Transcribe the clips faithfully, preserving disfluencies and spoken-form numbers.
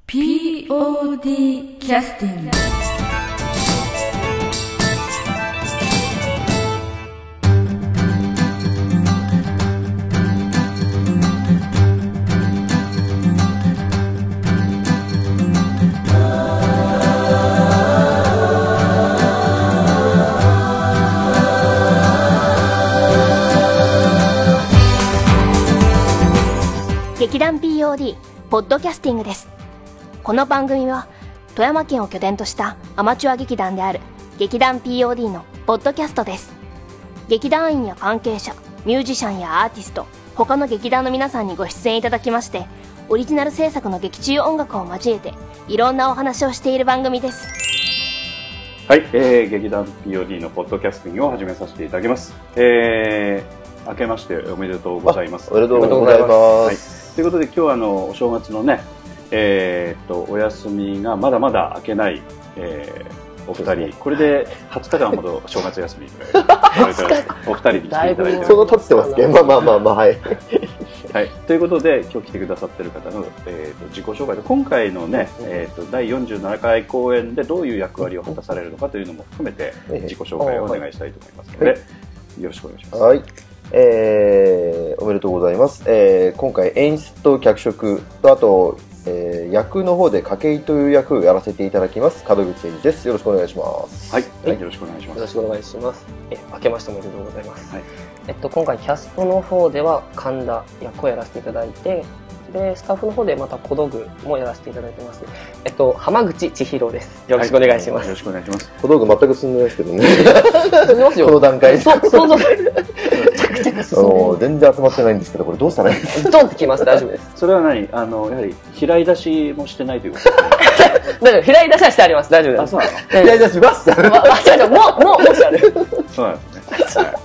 ピーオーディー キャスティング。 劇団 ピーオーディー ポッドキャスティングです。この番組は富山県を拠点としたアマチュア劇団である劇団 ピーオーディー のポッドキャストです。劇団員や関係者、ミュージシャンやアーティスト、他の劇団の皆さんにご出演いただきまして、オリジナル制作の劇中音楽を交えていろんなお話をしている番組です。 はい、えー、劇団 ピーオーディー のポッドキャスティングを始めさせていただきます。えー、明けましておめでとうございます。 おめでとうございます。 はい、ということで今日はあのお正月のね、えー、っとお休みがまだまだ明けない、えー、お二人、これではつかかんほど正月休みぐらいお二人に来ていただいてます。 その経ってますけど、まあまあまあまあ、はい。 はい、ということで今日来てくださっている方の、えー、と自己紹介で今回のね、えー、とだいよんじゅうななかい公演でどういう役割を果たされるのかというのも含めて自己紹介をお願いしたいと思いますので、よろしくお願いします。 はい、えー、おめでとうございます。えー、今回演出と脚色とあと、えー、役の方で筧という役をやらせていただきます門口英二です。よろしくお願いします。 はい、はい、よろしくお願いします。 よろしくお願いします。え明けましておめでとうございます。 はい、 えっと今回キャストの方では神田役をやらせていただいて、でスタッフの方でまた小道具もやらせていただいてます。えっと浜口千尋です。よろしくお願いします。 はい、よろしくお願いします。 小道具全く進んでないですけどね。 進んでますよ。 この段階で。 そう、そうそう。着々進んで全然集まってないんですけど、これどうしたらいいですか？ ドンってきます。大丈夫です。 それは何、あのやはり平井出しもしてないということですね。 大丈夫。平井出しはしてあります。大丈夫です。 あ、そうなの？ 平井出します。 あ、違う違う。もうもうもうしてある。 そうなんですね。はい、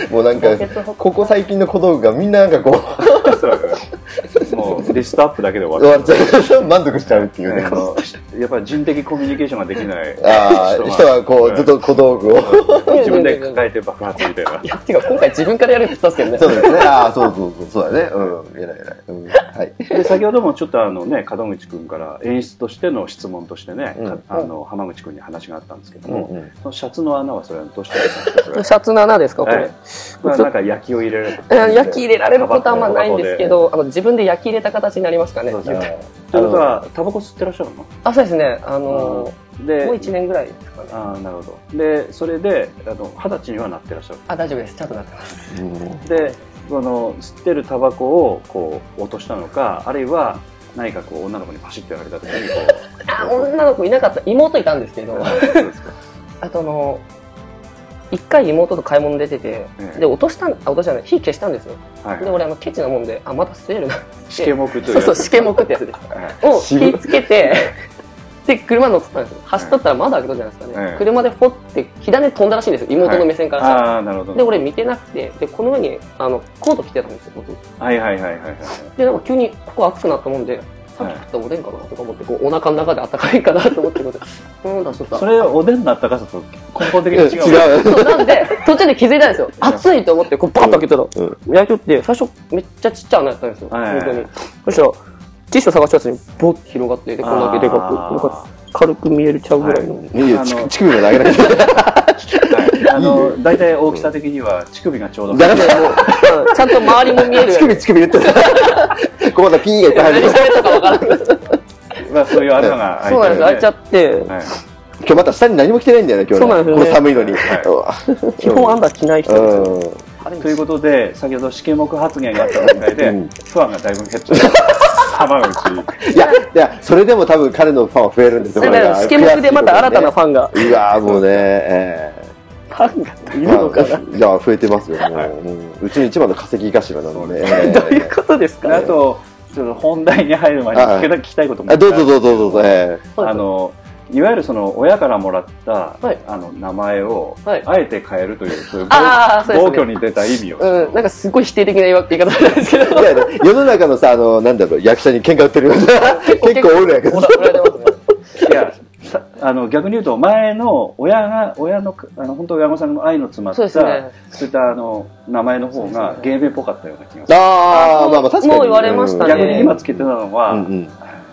もうなんかここ最近の小道具がみんななんかこうそうもうリストアップだけで終わっちゃう満足しちゃうっていうね。 やっぱり人的コミュニケーションができないあ人はこうずっと小道具を自分で抱えて爆発みたいな。 いや、てか今回自分からやるって言ったんですけどね。 そうですね。ああ、そうそうそうそうだね。うん、偉い偉い。うん、はい。 で先ほどもちょっとあのね門口くんから演出としての質問としてね、うん、あの浜口くんに話があったんですけども、うんうん、そのシャツの穴はそれはどうしてですか？ シャツの穴ですかこれ？はい、 これはなんか焼きを入れられる。 焼き入れられることはあんまないんですけど、あの自分で焼き入れた形になりますかね。 ということはタバコ吸ってらっしゃるの？あ、 そうですね。あのでもういちねんぐらいですかね。 あ、なるほど。でそれであの二十歳にはなってらっしゃる？ あ、大丈夫です。ちゃんとなってます。 うん、でこの吸ってるタバコをこう落としたのか、あるいは何かこう女の子にパシッとやられた時にこうあ、女の子いなかった。妹いたんですけど。そうですか。あとあの一回妹と買い物出てて、ええ、で落としたん、あ、落としたん火消したんですよ。はい、で俺あのケチなもんで、あ、また吸えるな。 しけもくというそうそう、しけもくってやつです。はい、を火つけてで車乗ってたんですよ。走っとったら窓開けたじゃないですかね。ええ、車でフォって火種飛んだらしいんですよ。妹の目線からしたら。はい、あ、なるほど。で俺見てなくて、でこの上にあのコート着てたんですよ僕。 はいはいはいはいはい。 でなんか急にここ熱くなったもんで。さっき食ったおでんかなとか思って、こうお腹の中で温かいかなと思ってことで、うんだそうだ。 それおでんの温かさと根本的に違う。 違う。そうなんで途中で気づいたんですよ。熱いと思ってこうバッと開けたら、うん、焼いとって最初めっちゃちっちゃい穴やったんですよ。本当に。そしたらティッシュ探したやつにボッて広がって、でこんだけでかくなんか軽く見えるちゃうぐらいの。 いや乳首まで上げなきゃ。 あの大体大きさ的には乳首がちょうど。 だからもうちゃんと周りも見える。 乳首乳首言ってる。ここまだピーがいっぱい入る。 何喋ったかわからない。 まあそういう穴が開いてる、ね。 そうなんです。開いちゃって。はい、 今日また下に何も着てないんだよね今日。そうなんですよね。この寒いのに。 はい、基本アンダー着ない人ですよ。 ということで先ほどしけもく発言があった段階で、うん、ファンがだいぶ減っちゃった。浜口。 いやいやそれでも多分彼のファンは増えるんですよ。 しけもくでまた新たなファンが。 うわもうね。えーファンがいるのかな。 いや増えてますよ。もう、はい、うちの一番の稼ぎ頭なので。 どういうことですか。 あとちょっと本題に入る前に聞きたいことも。 あ、どうぞどうぞどうぞ。えー、あのいわゆるその親からもらった、はい、あの名前を、はい、あえて変えるというそういう暴挙に出た意味を。 うん、なんかすごい否定的な言い方なんですけど。 いや世の中のさあのなんだろう役者に喧嘩売ってるような結構おるやけど。 いや。あの逆に言うと前の親が親のあの本当親御さんの愛の詰まった そう、ね、そういったあの名前の方が芸名っぽかったような気がする。 ああまあまあ確かに。 もう言われましたね。 逆に今つけてたのは、うんうん、み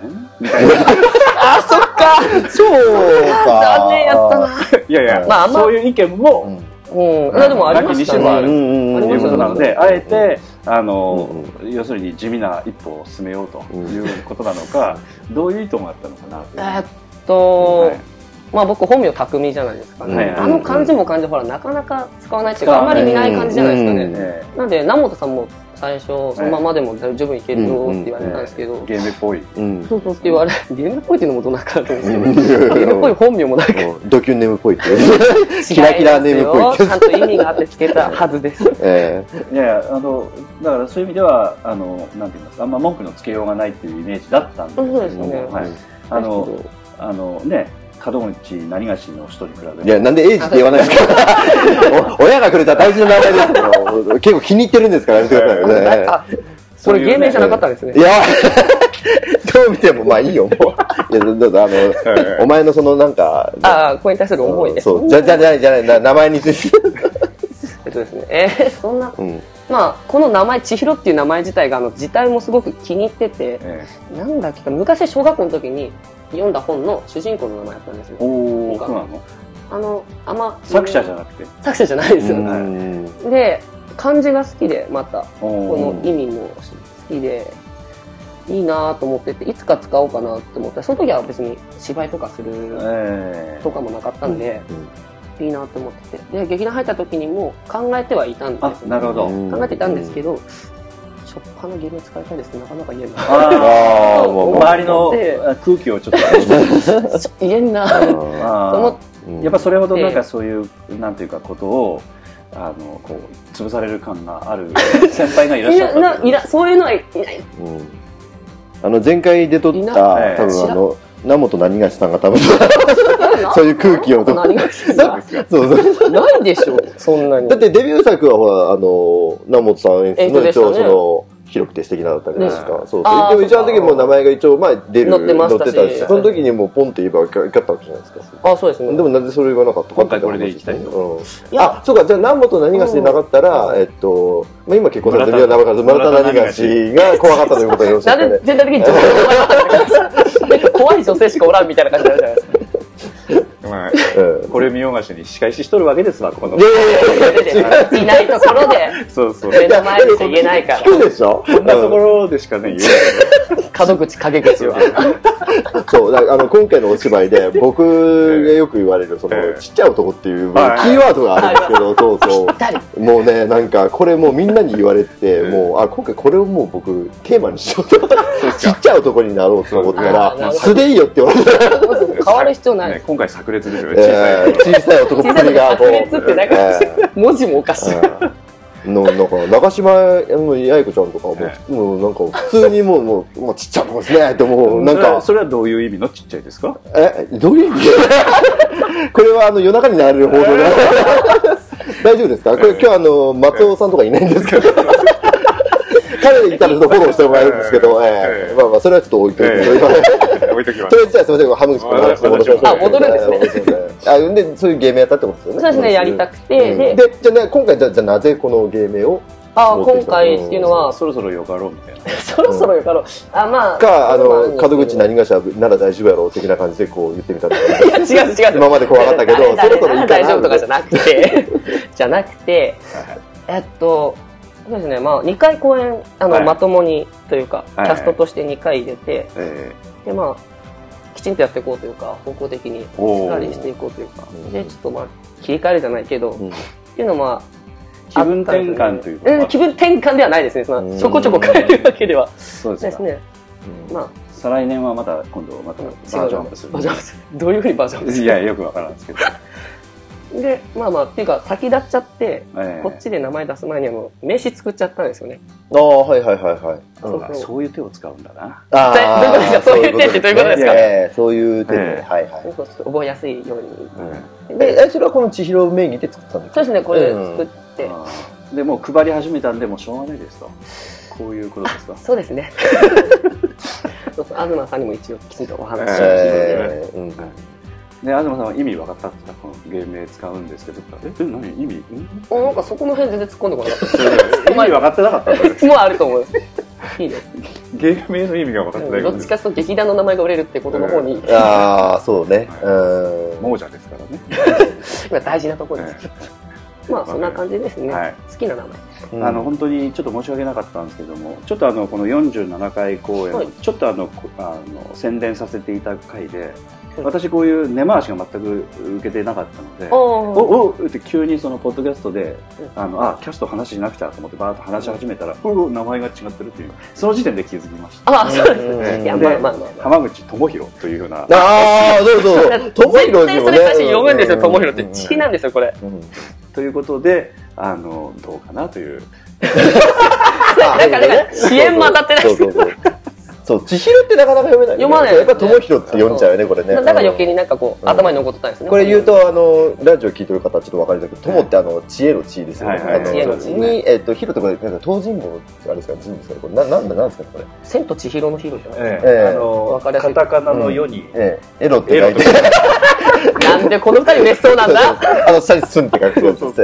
みたいな。 あ、そっかそうか。 残念やったな。 いやいや、まあ、そういう意見も、 うん。いや、でもありましたね。 あるということなので、あえて、あの、要するに地味な一歩を進めようということなのか、どういう意図があったのかな。 えっと、まあ僕本名匠じゃないですかね。あの漢字も漢字ほらなかなか使わないっていうか、あんまり見ない感じじゃないですかね。なんで、南本さんも最初、そのままでも十分いけるよって言われたんですけど。 ゲームっぽい。 そうそうって言われ、ゲームっぽいっていうのもどうなかったんですけど、ゲームっぽい本名もなんか。 ドキュンネームっぽいって。キラキラネームっぽい。 ちゃんと意味があってつけたはずです。 いやいや、あの、だからそういう意味では、あの、なんて言いますか、あんま文句のつけようがないっていうイメージだったんですけども、 そうですね。 あの、あのね、門口何がしの人に比べて。 いや、なんでエイジって言わないですか親がくれた大事な名前ですけど、結構気に入ってるんですからやめてくださいよね。 あ、これ芸名じゃなかったんですね。 いや、どう見てもまあいいよ、もう。いや、どうぞ、あの、お前のそのなんか。 ああ、これに対する思いです。 そう、じゃ、じゃ、じゃ、じゃ、名前について。 えっとですね、えー、そんな、まあ、この名前、千尋っていう名前自体が、あの、字体もすごく気に入ってて、なんだっけか、昔小学校の時に読んだ本の主人公の名前だったんですよ。 おー、そうなの？ あの、あんま、 作者じゃなくて作者じゃないですよね。で、漢字が好きで、また、この意味も好きで、いいなと思ってて、いつか使おうかなと思って、その時は別に芝居とかするとかもなかったんで、いいなと思ってて。で、劇団入った時にも考えてはいたんですよ。 なるほど。 考えていたんですけど、しょっぱなゲーム使いたいですってなかなか言えない。 ああ、周りの空気をちょっと言えんなと思って。 やっぱそれほどなんかそういう、なんていうかことを、あの、こう、潰される感がある先輩がいらっしゃった。 いや、そういうのはいない。 あの、前回で撮った、多分あの、名本何がしさんが多分、そういう空気をと。 何がしさんそうそう。 ないでしょ、そんなに。 だってデビュー作はほら、あの、名本さん演出の一応その、広くて素敵なだったじゃないですか。そうそう。でも一応あの時も名前が一応、まあ出る、 載ってましたし、 その時にもうポンって言えばよかったわけじゃないですか。 あ、そうですね。 でもなんでそれ言わなかったか。 今回これでいきたいと。 あ、そうか、じゃあ南本何がしでなかったら、えっと、まあ今結婚されてるような名前から村田何がしが怖かったということでよろしいですかね。 なんで全体的に女性が怖かった怖い女性しかおらんみたいな感じになるじゃないですか。 まあ、これ見よがしに仕返ししとるわけですわ、この。 いないところで、 そうそう。 目の前でしか言えないから。 聞くでしょこんなところでしかね、言えない。 門口、陰口は。 そう、あの、今回のお芝居で、僕がよく言われる、その、ちっちゃい男っていうキーワードがあるんですけど、そうそう。もうね、なんか、これもうみんなに言われて、もう、あ、今回これをもう僕、テーマにしようと。ちっちゃい男になろうと思ったら、素でいいよって言われて。 変わる必要ない。 今回炸裂ですよね。 小さい男っぷりが。 炸裂ってなんか、文字もおかしい。 のなんか長島八重子ちゃんとかも、もうなんか普通にもうもう、もうちっちゃい子ですねってもうなんかそれはどういう意味のちっちゃいですか？ えどういう意味？これはあの夜中に流れる放送で大丈夫ですか？これ今日あの松尾さんとかいないんですけど。彼にいたらちょっとフォローしてもらえるんですけど、えー、まあまあそれはちょっと置いといて、置いときます。とりあえずじゃあすみません、ハム口君の話戻しましょう。 あ、戻るんですね。 あ、でそういう芸名やったってことですよね。 そうですね、やりたくて、 で、じゃあ今回じゃあなぜこの芸名を？ あ、今回っていうのはそろそろよかろうみたいな。 そろそろよかろう。あ、まあかあの門口何がしなら大丈夫やろう的な感じでこう言ってみたんです。 いや違う違う。 今まで怖かったけど、そろそろいいかな。 大丈夫とかじゃなくて、じゃなくて、えっと。そうですね、まあにかい公演あの、はい、まともにというか、はい、キャストとしてにかい入れて、はい、でまあきちんとやっていこうというか方向的にしっかりしていこうというか、でちょっとまあ切り替えるじゃないけど、うん、っていうのは気分転換というか、 うん、気分転換ではないですね。そのちょこちょこ変えるわけではそうですね。 うん、まあ再来年はまた今度またバージョンアップする。 バージョンアップする。どういうふうにバージョンアップする？ いやよくわからんですけど。 で、まあまあ、っていうか、先立っちゃって、えー、こっちで名前出す前にあの、名刺作っちゃったんですよね。 ああ、はいはいはいはい。 そうそうそういう手を使うんだな。 ああ、どういうことですか？そういう手ってどういうことですか？ えー、そういう手で、えー、はいはい。 覚えやすいように。 うん、で、それはこの千尋名義で作ったんですか？ そうですね、これ作って。 うん、で、もう配り始めたんで、もうしょうがないですと。こういうことですか？ そうですね。そうそう、東さんにも一応きちんとお話を聞いて。うんね、東さんは意味分かったんですか？この芸名使うんですけど。え、何意味？ あ、なんかそこの辺全然突っ込んでこなかった。 意味分かってなかったんです。 もうあると思います。いいです。 芸名の意味が分かってない。 どっちかというと劇団の名前が売れるってことの方に。 ああ、そうね。うん。 亡者ですからね。 今大事なところです。まあそんな感じですね。好きな名前。あの本当にちょっと申し訳なかったんですけども、ちょっとあのこのよんじゅうななかい公演、ちょっとあのあの宣伝させていただく回で。私こういう根回しが全く受けてなかったので、おおって急にそのポッドキャストで、あのあキャスト話しなくちゃと思ってバーッと話し始めたら、おお名前が違ってるっていうその時点で気づきました。 あ、そうですね。いやまあまあまあ浜口智弘というふうな。 ああどうぞどうぞ。智弘にもね。 それ最初読むんですよ。智弘って地なんですよこれ。 ということであのどうかなという。 なんかね支援混ざってない。 そう、千尋ってなかなか読めない。 読まない。 やっぱ智弘って読んじゃうよね、これね。 だから余計になんかこう、頭に残ってたんですね。 これ言うと、あの、ラジオ聞いてる方はちょっとわかりづらいけど、友ってあの、知恵の知ですよね。知恵の知に、えっと、ヒロとか、なんか、東尋坊、あれですか、人物かこれ、な、なんだ、なんですか、これ。 千と千尋のヒロじゃないですか。ええ。あの、カタカナの世に、 ええ、エロって書いて。 なんでこの二人嬉しそうなんだあの、下にスンって書くそうです。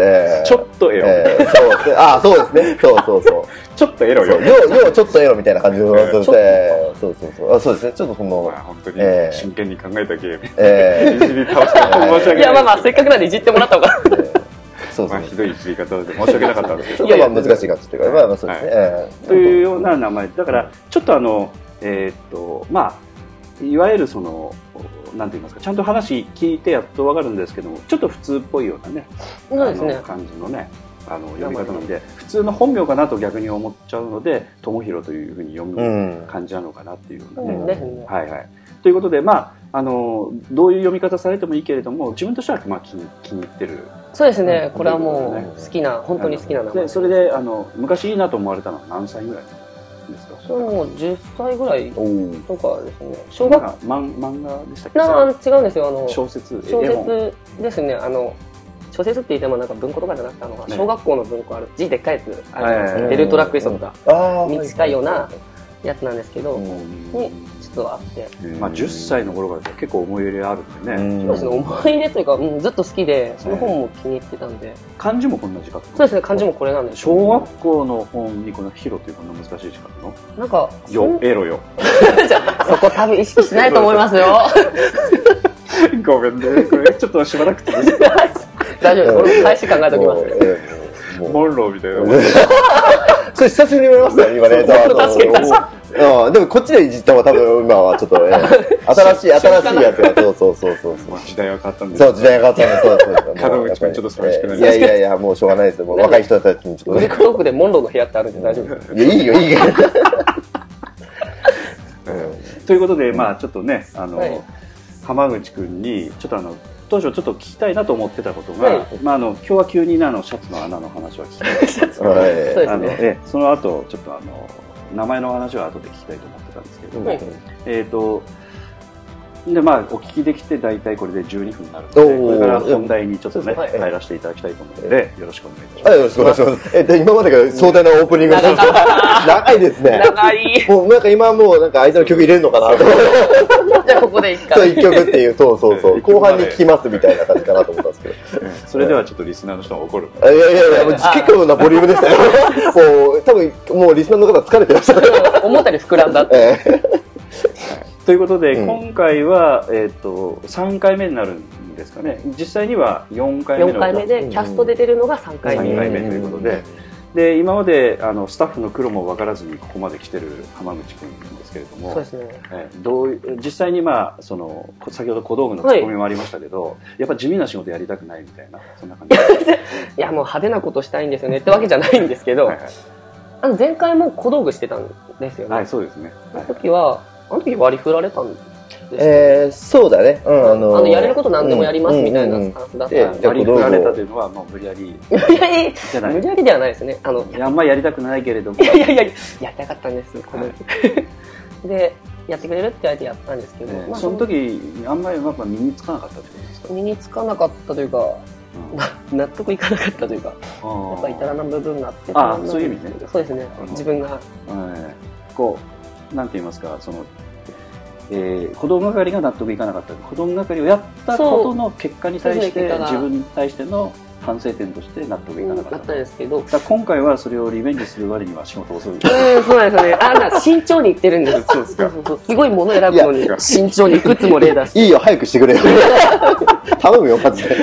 ちょっとエロ。 そうですね。あ、そうですね。そうそうそう。 ちょっとエロよ。 よう、よう、ちょっとエロみたいな感じの、そうそうそう。あ、そうですね。ちょっとその、 本当に真剣に考えたゲーム。ええ。いじり倒して申し訳ない。 いや、まあまあ、せっかくなんでいじってもらった方が。 そうですね。ひどいいじり方で申し訳なかったんですけど。 いやいや、難しい感じっていうか、まあまあそうですね。 というような名前。だから、ちょっとあの、えっと、まあ、いわゆるその、なんて言いますか、ちゃんと話聞いてやっとわかるんですけども、ちょっと普通っぽいようなね、 そうですね。 感じのね、あの読み方なんで、普通の本名かなと逆に思っちゃうので、智弘というふうに読む感じなのかなっていうのね。はいはい。ということで、まあ、あの、どういう読み方されてもいいけれども、自分としてはまあ気に気に入ってる。 そうですね。これはもう好きな、本当に好きな名前。 で、それで、あの、昔いいなと思われたのは何歳ぐらいですか？ それもうじゅっさいぐらいとかですね。 小学漫画でしたっけ？ なん違うんですよ。あの小説。 小説ですね。あの小説って言ってもなんか文庫とかじゃなくて、あの小学校の文庫ある字でっかいやつあるじゃないですか。ベルトラックイソンとかに近いようなやつなんですけど、にちょっとあって。 まあじゅっさいの頃から結構思い入れあるんでね。 そうですね。思い入れというか、ずっと好きで、その本も気に入ってたんで。 漢字もこんな字書くの？ そうですね。漢字もこれなんです。 小学校の本にこのヒロというこんな難しい字書くの？ なんかよエロよ。 そこ多分意識しないと思いますよ。 ごめんね。これちょっとしばらくて。 大丈夫です。俺も返し考えておきます。 モンローみたいな。 それ久しぶりに言われましたね、今ね。 確かに確かに。でもこっちでいじったのは多分今はちょっと新しい新しいやつがそうそうそうそう。 時代は変わったんです。 そう時代が変わったんです。そうそうそう。 門口君ちょっと寂しくなりいやいやいやもうしょうがないですよ。もう若い人たちにちょっと。 グレコロークでモンローの部屋ってあるんで大丈夫です。 いやいいよいいよ。 ということでまあちょっとねあの浜口君にちょっとあの。当初ちょっと聞きたいなと思ってたことが、はい、まああの今日は急にあのシャツの穴の話は聞きたいですので、あのえその後ちょっとあの名前の話は後で聞きたいと思ってたんですけれども、はい、えっとでまあお聞きできて大体これでじゅうにふんになるので、これから本題にちょっとね入らせていただきたいと思うのでよろしくお願いいたします。 よろしくお願いします。えで今までが壮大なオープニング長いですね。 長い。 もうなんか今もうなんか相手の曲入れるのかなと。 じゃあここで一回。そう一曲っていうそうそうそう後半に聴きますみたいな感じかなと思ったんですけど。 それではちょっとリスナーの人が怒る。 いやいやいやもう結構なボリュームでしたよ。もう多分もうリスナーの方疲れてました。 思ったより膨らんだって。 ということで、うん、今回は、えー、とさんかいめになるんですかね。実際にはよんかいめのよんかいめでキャストで出るのがさんかいめ、 さんかいめということで、で今まであのスタッフの苦労も分からずにここまで来てる浜口君なんですけれども、 そうですね、 えー、どう実際に、まあ、その先ほど小道具のツッコミもありましたけど、はい、やっぱ地味な仕事やりたくないみたいなそんな感じいやもう派手なことしたいんですよねってわけじゃないんですけど、はい、はい、あの前回も小道具してたんですよね。 はい、そうですね。 その時はあの時割り振られたんですか？ えー、そうだね。うん、あのー、 あのやれること何でもやりますみたいなスタンスだったんで、 割り振られたというのはもう無理やり無理やりじゃない無理やりではないですね。あのあんまりやりたくないけれども、 いやいやいややりたかったんです。このでやってくれるって言われてやったんですけど、 えーまあ、その時あんまりやっぱ身につかなかったってことですか？ 身につかなかったというか、うん、納得いかなかったというか、やっぱ至らな部分があって、 あそういう意味ね。 そうですね。自分が、 えー、こうなんて言いますかその。えー、子供係が納得いかなかった子供係をやったことの結果に対して自分に対しての反省点として納得いかなかった。 だったんですけど、 今回はそれをリベンジする割には仕事遅い。うん、 そうなんですよね。あんな慎重にいってるんです。そうですか。すごいもの選ぶのに慎重にいくつも例出して。 いいよ、早くしてくれよ。頼むよ、マジで。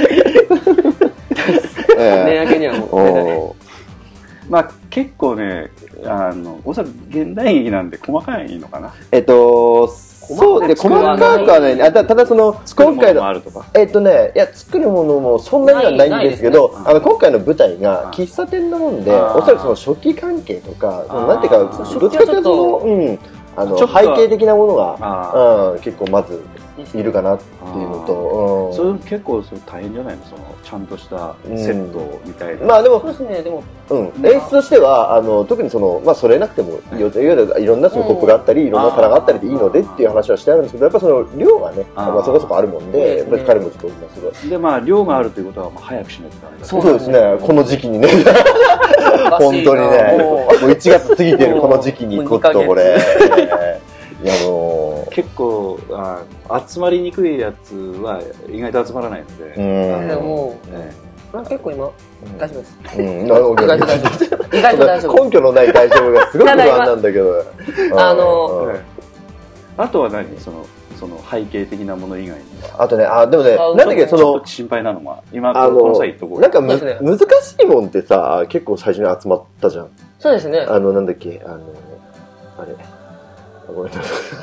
値上げにはもう。まあ結構ね、あの、おそらく現代劇なんで細かいのかな。 えっと、そうで、細かくはないね。あ、ただその、今回の、えっとね、いや、作るものもそんなにはないんですけど、あの、今回の舞台が喫茶店のもんで、おそらくその食器関係とか、なんていうか、どっちかというとその、うん、あの、背景的なものが、うん、結構まず、いるかなっていうのと、 それ結構それ大変じゃないの、そのちゃんとしたセットみたいな。 まあでも、 そうですね、でも、 うん、演出としてはあの特にそのまあそれなくてもいわゆるいろんなそのコップがあったりいろんな皿があったりでいいのでっていう話はしてあるんですけど、やっぱその量がね、まあそこそこあるもんで、やっぱり彼もちょっと今すごい。 でまあ量があるということはまあ早くしないとダメだ。 そうですね、この時期にね、本当にね、もういちがつ過ぎてるこの時期にこっとこれ。いやもう結構あ集まりにくいやつは意外と集まらないので、 でも結構今大丈夫です。 意外と大丈夫。意外と大丈夫。根拠のない大丈夫がすごく不安なんだけど。 あのあとは何そのその背景的なもの以外に。 あとね、あでもね、なんだっけその心配なのは今この際言っとこう。 なんか難しいもんってさ結構最初に集まったじゃん。 そうですね。 あのなんだっけあのあれ。ごめんなさい。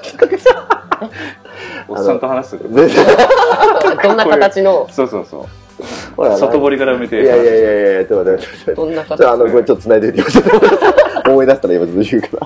おっさんと話する。 どんな形の。 そうそうそう。外堀から埋めて。 いやいやいやいや、ちょっと待って。 どんな形。 あの、これちょっと繋いでいてよ。思い出したら今ちょっと言うから。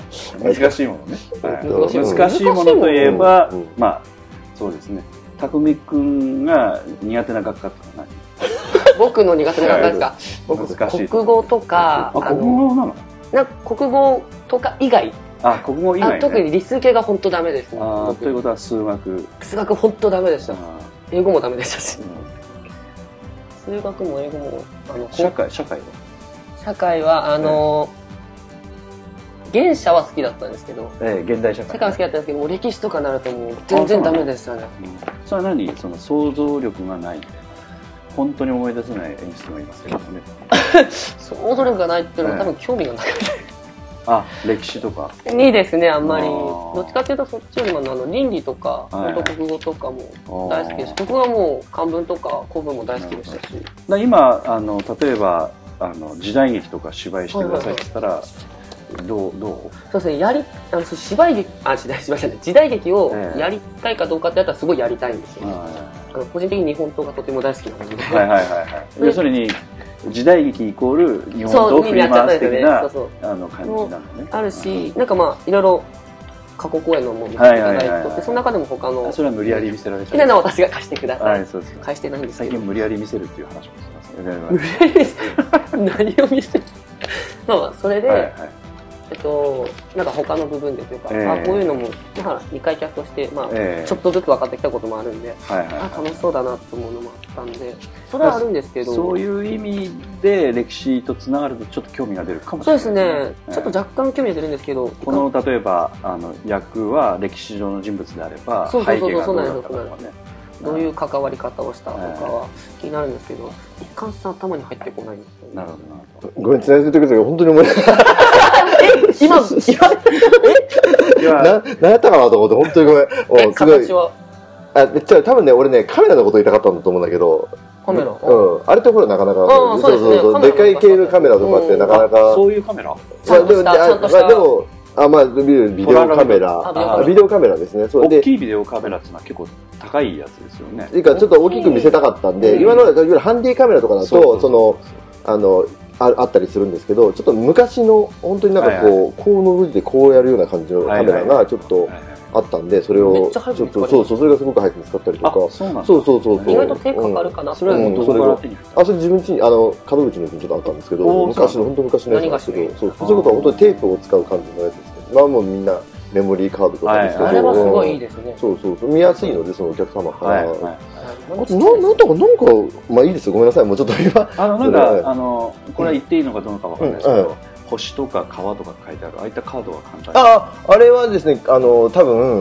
難しいものね。難しいものといえば、まあ、そうですね。たくみくんが苦手な学科とか何？ 僕の苦手な学科ですか。僕、国語とか。 あ、国語なの？ なんか国語とか以外。 あ、国語以外、ね、 特に理数系が本当ダメですね。 あということは数学。 数学本当ダメでした。英語もダメでしたし。うん、数学も英語もあの社会社会は社会はあの、えー、原社は好きだったんですけど、 えー、現代社会、 社会は好きだったんですけど、もう歴史とかになるともう全然ダメでしたね。 うん、それは何その想像力がないみたいな。本当に思い出せない演出がいますけどね。 想像力がないっていうのは多分興味がなくて。 あ、歴史とかにですね、あんまりどっちかっていうとそっちよりもあの倫理とか本当国語とかも大好きです。国語はもう漢文とか古文も大好きでしたし。 だ今あの例えばあの時代劇とか芝居してくださいって言ったらどうどう？ そうですね、やりあの芝居劇あ時代芝居じゃない時代劇をやりたいかどうかってやったらすごいやりたいんですよね。あの個人的に日本刀がとても大好きなので。はいはいはいはい。要するに時代劇イコール日本刀を振り回す的なあの感じなのね。あるし、なんかまあいろいろ過去公演のもの見せていただいて、その中でも他のそれは無理やり見せられた。 好きなのは私が貸してください。 はいそうです。 貸してないんですけど。 最近無理やり見せるっていう話もしますね。 無理やり見せ何を見せる？まあまあそれで。はいはいえっと、なんか他の部分でというか、えー、あこういうのも、まあ、にかいキャストして、まあえー、ちょっとずつ分かってきたこともあるんで、はいはいはい、あ楽しそうだなと思うのもあったんでそれはあるんですけどそういう意味で歴史とつながるとちょっと興味が出るかもしれない、 そうですね、えー、ちょっと若干興味が出るんですけどこの例えばあの役は歴史上の人物であれば背景がどうだったのかねどういう関わり方をしたとかは気になるんですけど、一貫さん頭に入ってこないんですよね。 なるほどな。 ごめん、つなげてくれたけど、本当に思い出ない。 え今、 今、な、なんやったかなと思って、本当にごめん。 え、形はあ、じゃあ多分ね、俺ね、カメラのこと言いたかったんだと思うんだけど、 カメラうん。あれってほら、なかなか、 そうそうそう、でかい系のカメラとかってなかなか。 そういうカメラちゃんとした、ちゃんとした。 でも、あ、まあ、ビデオカメラ。ビデオカメラですね。 大きいビデオカメラってのは結構高いやつですよね。 いいか、ちょっと大きく見せたかったんで、今のいわゆるハンディカメラとかだと、その、あの、あ, あったりするんですけど、ちょっと昔の、本当になんかこう、はいはい、こうの字でこうやるような感じのカメラがちょっとあったんで、それを、ちょっと、そうそう、それがすごく早く見つかったりとか。 そうなんそうそうそう。 意外と手かかるかな、 うん、それはどこから手に入った？ あ、それ自分家に、あの、門口のうちにちょっとあったんですけど、昔の、本当昔のやつなんですけど、そう、そういうことは本当にテープを使う感じのやつですね。まあもうみんな、メモリーカードとかですけど、 あれはすごいいいですね。 そうそうそう、見やすいので、そのお客様から。はいはい、あと、な、なんとか、なんか、まあいいですよ、ごめんなさい、もうちょっと今。 あの、なんか、あの、これは言っていいのかどうかわかんないですけど、星とか川とか書いてある、ああいったカードは簡単に。 あ、あれはですね、あの、多分、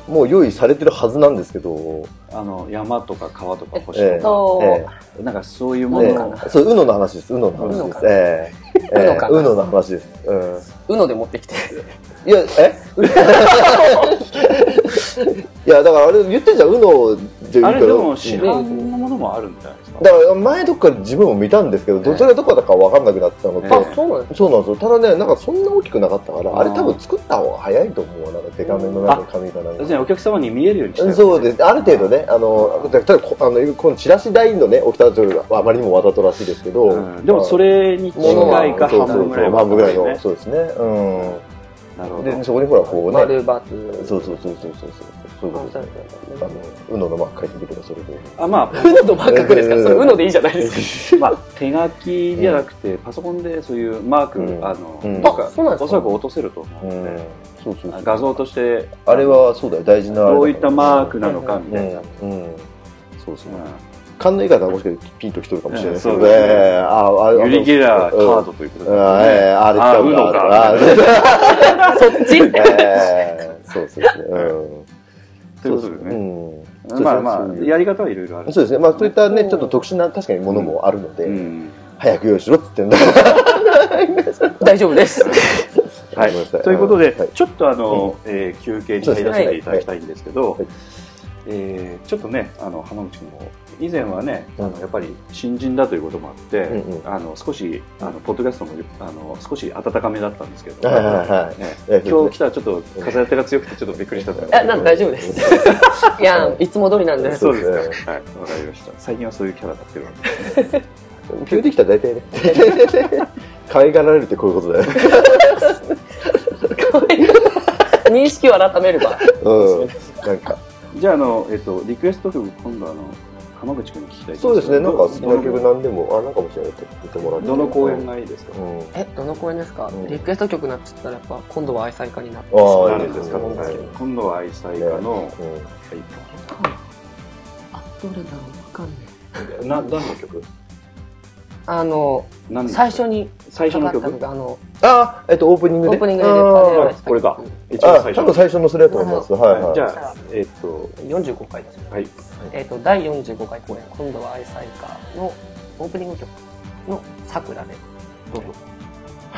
もう用意されてるはずなんですけど、 あの山とか川とか星とか、えーえー、なんかそういうもの、えー、そう、ウノの話です。ウノの話です。えー、えー、ウノの話です。うん。 ウノで持ってきて。 いや、えいや、だからあれ言ってんじゃん、ウノじゃあれでも市販のものもあるんじゃないですか。 だから前どっか自分も見たんですけど、どちらどこだか分かんなくなったので、 あ、そうなんですか。 そうなんですよ。ただね、なんかそんな大きくなかったから、あれ多分作った方が早いと思うわ。なんかデカめのなんか紙かなんか。 別にお客様に見えるようにして、 そうです。ある程度ね、あの、ただあのこのチラシ台のね、大きさはあまりにもわざとらしいですけど、 でもそれに近いか半分ぐらい半分ぐらいの、そうですね。うん。 なるほど。 で、そこにほらこうね、 丸バツ。 そうそうそうそうそうそういうことですね。あのウノのマーク書いてくれたそれで。 あ、まあウノのマーク書くんですか。それウノでいいじゃないですか。 まあ手書きじゃなくてパソコンでそういうマークあのとかおそらく落とせると思うので、そうそう画像としてあれはそうだよ大事などういったマークなのかみたいな。 そうそう。勘のいい方はもしかしてピンときとるかもしれないですけどね。 ああ、ユリゲラーカードということで。 ああ、あれ使うか。 そっちそうですね。 ということですね。まあまあ、やり方はいろいろある。 そうですね。まあ、そういったね、ちょっと特殊な確かにものもあるので、早く用意しろって言ってんだ。 大丈夫です。 はい。ということで、ちょっとあの、休憩に入らせていただきたいんですけど、えー、ちょっとね、あの浜口君も以前はね、あのやっぱり新人だということもあって、うんうん、あの少しあのポッドキャストもあの少し温かめだったんですけど、はいはいはいね、今日来たらちょっと風当たりが強くてちょっとびっくりしたんですけど、 あ、なん大丈夫です。いやいつも通りなんで。 そうですね。はい、わかりました。最近はそういうキャラになってるわけで。 急にできたら大体ね、可愛がられるってこういうことだよ。 認識を改めれば。 うん、なんか。 じゃあ、あの、えっと、リクエスト曲、今度あの、浜口君に聞きたい。 そうですね、なんか好きな曲なんでも、あ、なんかもしれないと言ってもらって。 どの公演がいいですか？ え、どの公演ですか？リクエスト曲なっちゃったら、やっぱ、今度は愛妻家になってしまうんですか？今度は愛妻家の、はい。 あ、どれだろう、わかんない。 な、何の曲？ あの、最初に、 最初の曲あの、あ、えっと、オープニングで。 オープニングで。 これか。 一番最初。多分最初のそれだと思います。はいはい。 じゃあ、えっと、 よんじゅうごかいです。 はい。 えっと、だいよんじゅうごかい公演、今度は愛妻家のオープニング曲の桜で。どうぞ。はい。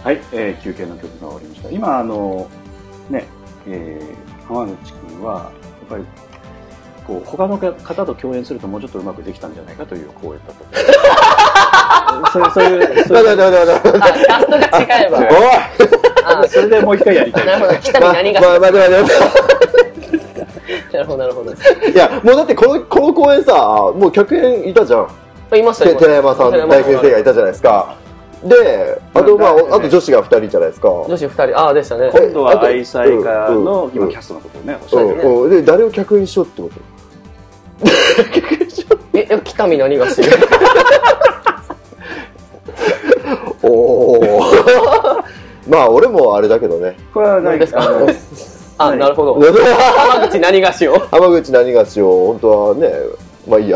はい、えー、休憩の曲が終わりました。今、あの、ね、えー、浜口くんは、やっぱり、こう、他の方と共演するともうちょっとうまくできたんじゃないかという講演だったと。そういう、そういう、そういう。 だだだだだ。あ、キャストが違えば。おいあ、それでもう一回やりたい。 なるほど、北見何が。まあ、まあ、まあ、まあ、なるほど、なるほど。 いや、もうだってこの、この公演さ、もう客演いたじゃん。 いましたよ。 寺山さん、大先生がいたじゃないですか。で、あと、まあ、あと女子がふたりじゃないですか。 女子ふたり、ああ、でしたね。 今度は愛妻家の、今キャストのことをね、おっしゃってね。 で、誰を客演しようってこと客演しようえ、北見何がしおお。まあ、俺もあれだけどね。 これは何ですか？ あ、なるほど。浜口何がしよう。 浜口何がしよう。本当はね、まあいいや。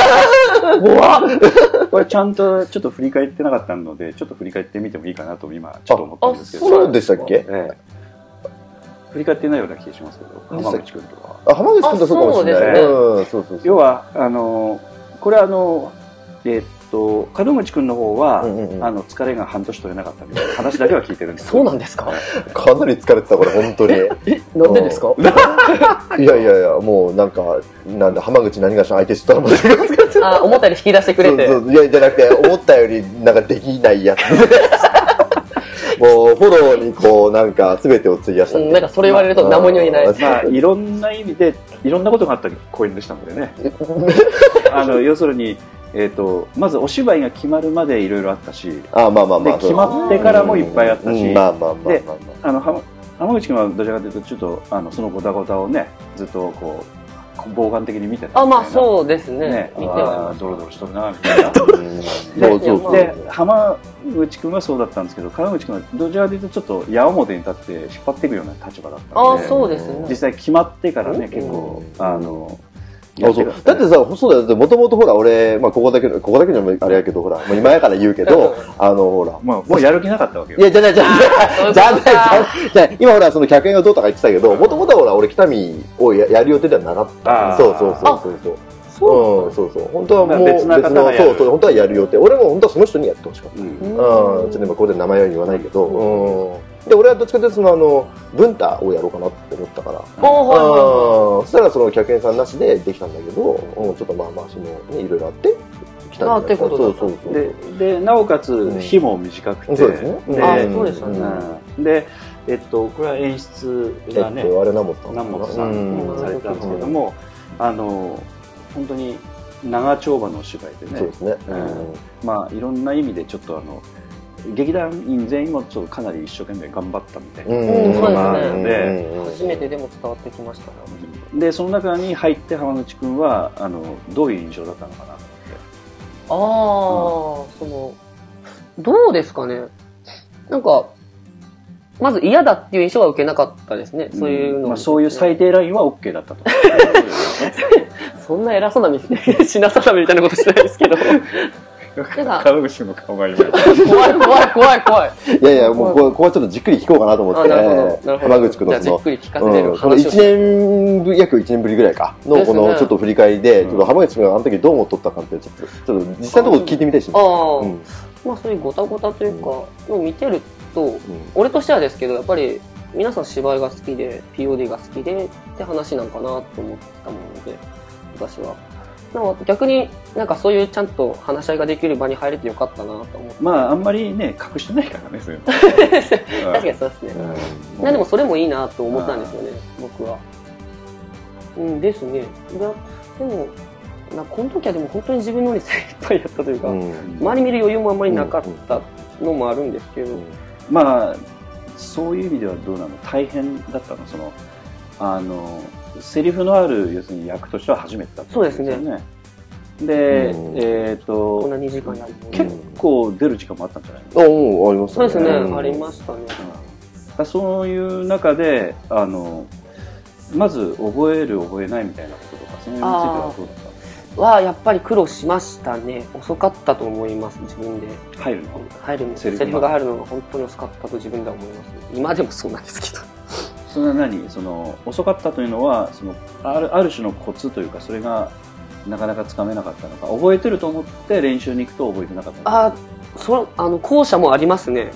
これちゃんとちょっと振り返ってなかったので、ちょっと振り返ってみてもいいかなと今ちょっと思ったんですけど。 そうでしたっけ？ ええ、振り返ってないような気がしますけど、浜口君とか。 あ、浜口君とそうかもしれないね。 うん、 そうそうそう。 要はあのこれあのえっと門口君の方は、うんうんうん、あの疲れが半年取れなかったみたいな話だけは聞いてるんです。 そうなんですか？ かなり疲れてたこれ本当に。 え、なんでですか？ いやいやいや、もうなんかなんだ浜口何がし相手してたらもうあ、思ったより引き出してくれて。 そうそう、いやじゃなくて思ったよりなんかできないやつ。もうフォローにこうなんか全てを費やした、 うん、なんかそれ言われると何も言えない。 まあいろんな意味でいろんなことがあった公演でしたのでね。あの要するに。えー、とまずお芝居が決まるまでいろいろあったし、 あ、まあまあまあ、 で決まってからもいっぱいあったし、 まあまあまあ、 で、あの浜口君はどちらかというとちょっとあのそのごたごたをねずっとこう傍観的に見てた。 あ、まあそうですね。ね、 見てはドロドロしとるなみたいな。で、浜口君はそうだったんですけど、川口君はどちらかというとちょっと矢面に立って引っ張っていくような立場だったので、 あ、そうですね。 実際決まってからね結構あの。 あ、そう。だってさ、そうだよ。もともとほら、俺、まあ、ここだけ、ここだけじゃあれやけど、ほら、もう今やから言うけど、あの、ほら。 もう、もうやる気なかったわけよ。 いや、じゃない、じゃない、じゃない、じゃない、今ほら、その客演がどうとか言ってたけど、もともとはほら、俺、北見をやる予定ではなかった。そうそうそうそうそう。そうそうそう。本当はもう、別の、そうそう、本当はやる予定。俺も本当はその人にやってほしかった。うん。ちょっと今ここで名前は言わないけど、うん。で、俺はどっちかというと、その、あの、文太をやろうかなって思ったから。そしたら、その、客演さんなしでできたんだけど、うん、ちょっとまあまあ、その、ね、いろいろあって、来たんだ。 あ、ってことだ。そうそうそう。で、で、なおかつ、日も短くて。 そうですね。 あ、そうですよね。 で、えっと、これは演出がね、 あれ、南本さん。 南本さんされたんですけども、あの、本当に長丁場のお芝居でね。 そうですね。 まあ、いろんな意味でちょっとあの、劇団員全員もちょっとかなり一生懸命頑張ったみたいなところがあるので、 初めてでも伝わってきましたね。 でその中に入って浜口君はあのどういう印象だったのかなと思って。 ああ、うん、そのどうですかね。なんかまず嫌だっていう印象は受けなかったですね。そういうの、ね、 まあ、そういう最低ラインは OK だったと。 そんな偉そうなみ品定めみたいなことしてないですけど。 川口の顔が今怖い怖い怖い怖い。 いやいや、もうここはちょっとじっくり聞こうかなと思って、浜口君のその、 じっくり聞かせてる話を。いちねんぶり、約いちねんぶりぐらいかのこのちょっと振り返りで、ちょっと浜口君があの時どう思っとったかってちょっとちょっと実際のところ聞いてみたいし。 ああ、まあそういうごたごたというかの見てると、俺としてはですけどやっぱり皆さん芝居が好きで ピーオーディー が好きでって話なんかなと思ってたもので、私は。なんか逆になんかそういうちゃんと話し合いができる場に入れてよかったなと思って。 まああんまりね隠してないからねそういうの。 確かにそうですね。うん、でもそれもいいなと思ったんですよね僕は。うんですね。でもなこの時はでも本当に自分のに精一杯やったというか、うん、周り見る余裕もあんまりなかったのもあるんですけど、うん、 まあそういう意味ではどうなの大変だったのそのあの。セリフのある要するに役としては初めてだったんですよね。そうですね。で、うん、えっ、ー、とこんなにじかんやる結構出る時間もあったんじゃないの？ああ、ありましたね。 そうですね、うん、ありましたね。 うん、そういう中であのまず覚える覚えないみたいなこととかその辺についてはどうだったの？ はやっぱり苦労しましたね。遅かったと思います自分で。 入るの？ 入るの。セリフが入るのが本当に遅かったと自分では思います。今でもそうなんですけど。 それは何その遅かったというのはそのある、ある種のコツというかそれがなかなかつかめなかったのか覚えてると思って練習に行くと覚えてなかったのか。 あそあの後者もありますね。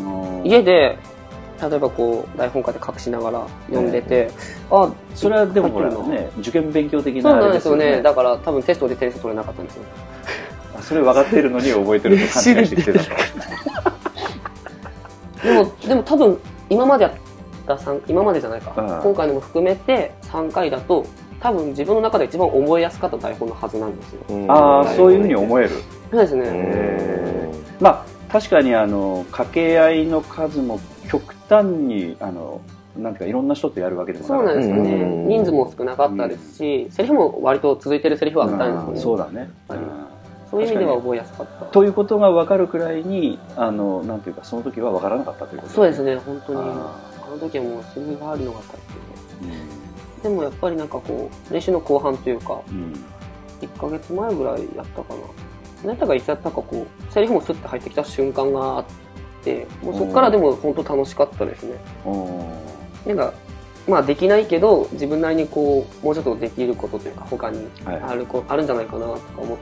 家で例えばこう台本書いて隠しながら読んでて、あ、 それはでもほらね、受験勉強的なあれですよね。そうなんですよね。だから多分テストで点数取れなかったんですよ。 それ分かっているのに覚えてると勘違いしてきてたでもでも多分今までやった今までじゃないか、うん、今回のも含めてさんかいだと多分自分の中で一番覚えやすかった台本のはずなんですよ。 ああ、そういうふうに思える。 そうですね。 まあ確かにあの掛け合いの数も極端にあのなんていうかいろんな人とやるわけでもない。 そうなんですよね。人数も少なかったですし、セリフも割と続いてるセリフはあったんですよね。 そうだね。 そういう意味では覚えやすかった。 ということが分かるくらいにあのなんていうかその時は分からなかったということ。 そうですね。本当にあの時はもうセリフがあるのがあったですよね。でもやっぱりなんかこう練習の後半というか、うん、いっかげつまえぐらいやったかな。何だかいつやったかこうセリフもスッて入ってきた瞬間があって、もうそこからでも本当楽しかったですね。なんかまあできないけど自分なりにこうもうちょっとできることというか他にある、はい、あるんじゃないかなとか思って、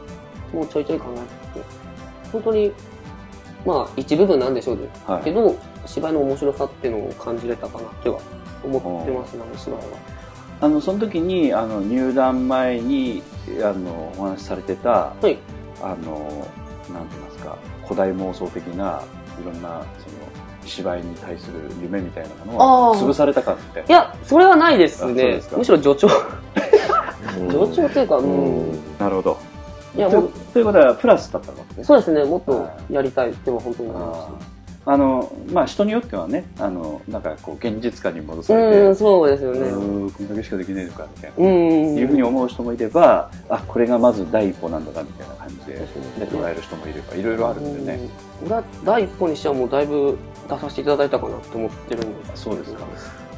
もうちょいちょい考えてて、本当にまあ一部分なんでしょうね、はい、けど芝居の面白さっていうのを感じれたかなっては思ってますね、芝居は。 あのその時にあの入団前にあのお話しされてた、はい、あのなんて言いますか古代妄想的ないろんなその芝居に対する夢みたいなものを潰されたかって。 いやそれはないですね。むしろ助長助長というか、うん、 なるほど。いやもうということはプラスだったわけですね。 そうですね。もっとやりたいっては本当に思いました。 あのまあ人によってはね、あのなんかこう現実感に戻されて、 うん、そうですよね。 こんだけしかできないのかみたいな、いうふうに思う人もいれば、あこれがまず第一歩なんだなみたいな感じで捉える人もいれば、いろいろあるんでね。 俺は第一歩にしてはもうだいぶ出させていただいたかなと思ってるんです。 そうですか。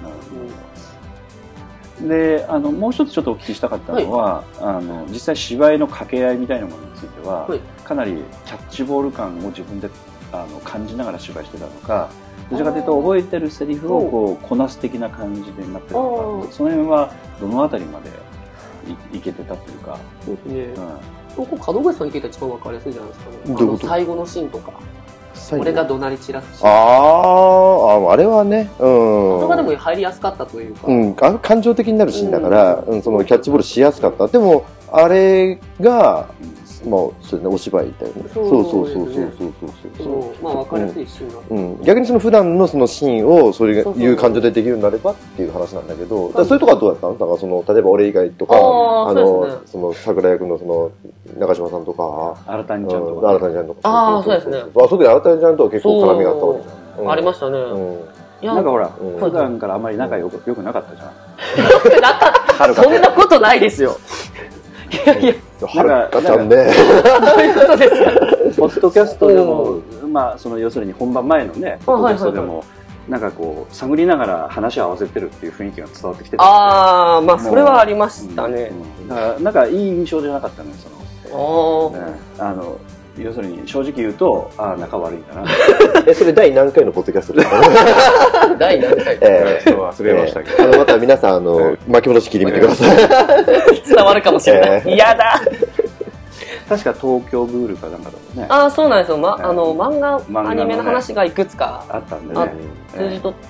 うん、であのもう一つちょっとお聞きしたかったのは、はい、あの実際芝居の掛け合いみたいなものについては、はい、かなりキャッチボール感を自分であの感じながら芝居してたのか、どちらかというと覚えてるセリフをこうこなす的な感じでなってるのか、その辺はどのあたりまで い, いけてたというか。 そうですね。うん、ここ門口さんに聞いたら一番わかりやすいじゃないですかね。あの最後のシーンとか。俺が怒鳴り散らすシーン。 ああ、あれはね、うん。 それがでも入りやすかったというか。 うん、あ感情的になるシーンだから、うん、うん、そのキャッチボールしやすかった。でもあれが。まあ、そうね、お芝居だよね。そうそうそうそうそうそうそう。まあ、わかりやすいシーンが。 うん。逆にその普段のそのシーンを、そういう感情でできるようになればっていう話なんだけど、だそういうとこはどうやったの？だからその、例えば俺以外とか、あの、その、桜役のその、中島さんとか、 新谷ちゃんとか。 新谷ちゃんとか。 ああ、そうですね。 あ、そこで新谷ちゃんとは結構絡みがあったわけじゃん。 ありましたね。 なんかほら、普段からあんまり仲良くなかったじゃん。なかった。そんなことないですよ。いやいや。 はるかちゃんね。 どういうことですか。 ポッドキャストでも、まあその要するに本番前のね、ポッドキャストでもなんかこう探りながら話を合わせてるっていう雰囲気が伝わってきてた。 ああ、まあそれはありましたね。 だからなんかいい印象じゃなかったね、その。ああの要するに正直言うと、ああ仲悪いんだな。 えそれ第何回のポッドキャストですか。 第何回。 ええ、忘れましたけど。 あのまた皆さんあの巻き戻し聞いてみてください。 伝わるかもしれない。嫌だ。 確か東京ブールかなんかだもんね。 ああそうなんですよ。まあの漫画アニメの話がいくつかあったんでね。 通じ取って、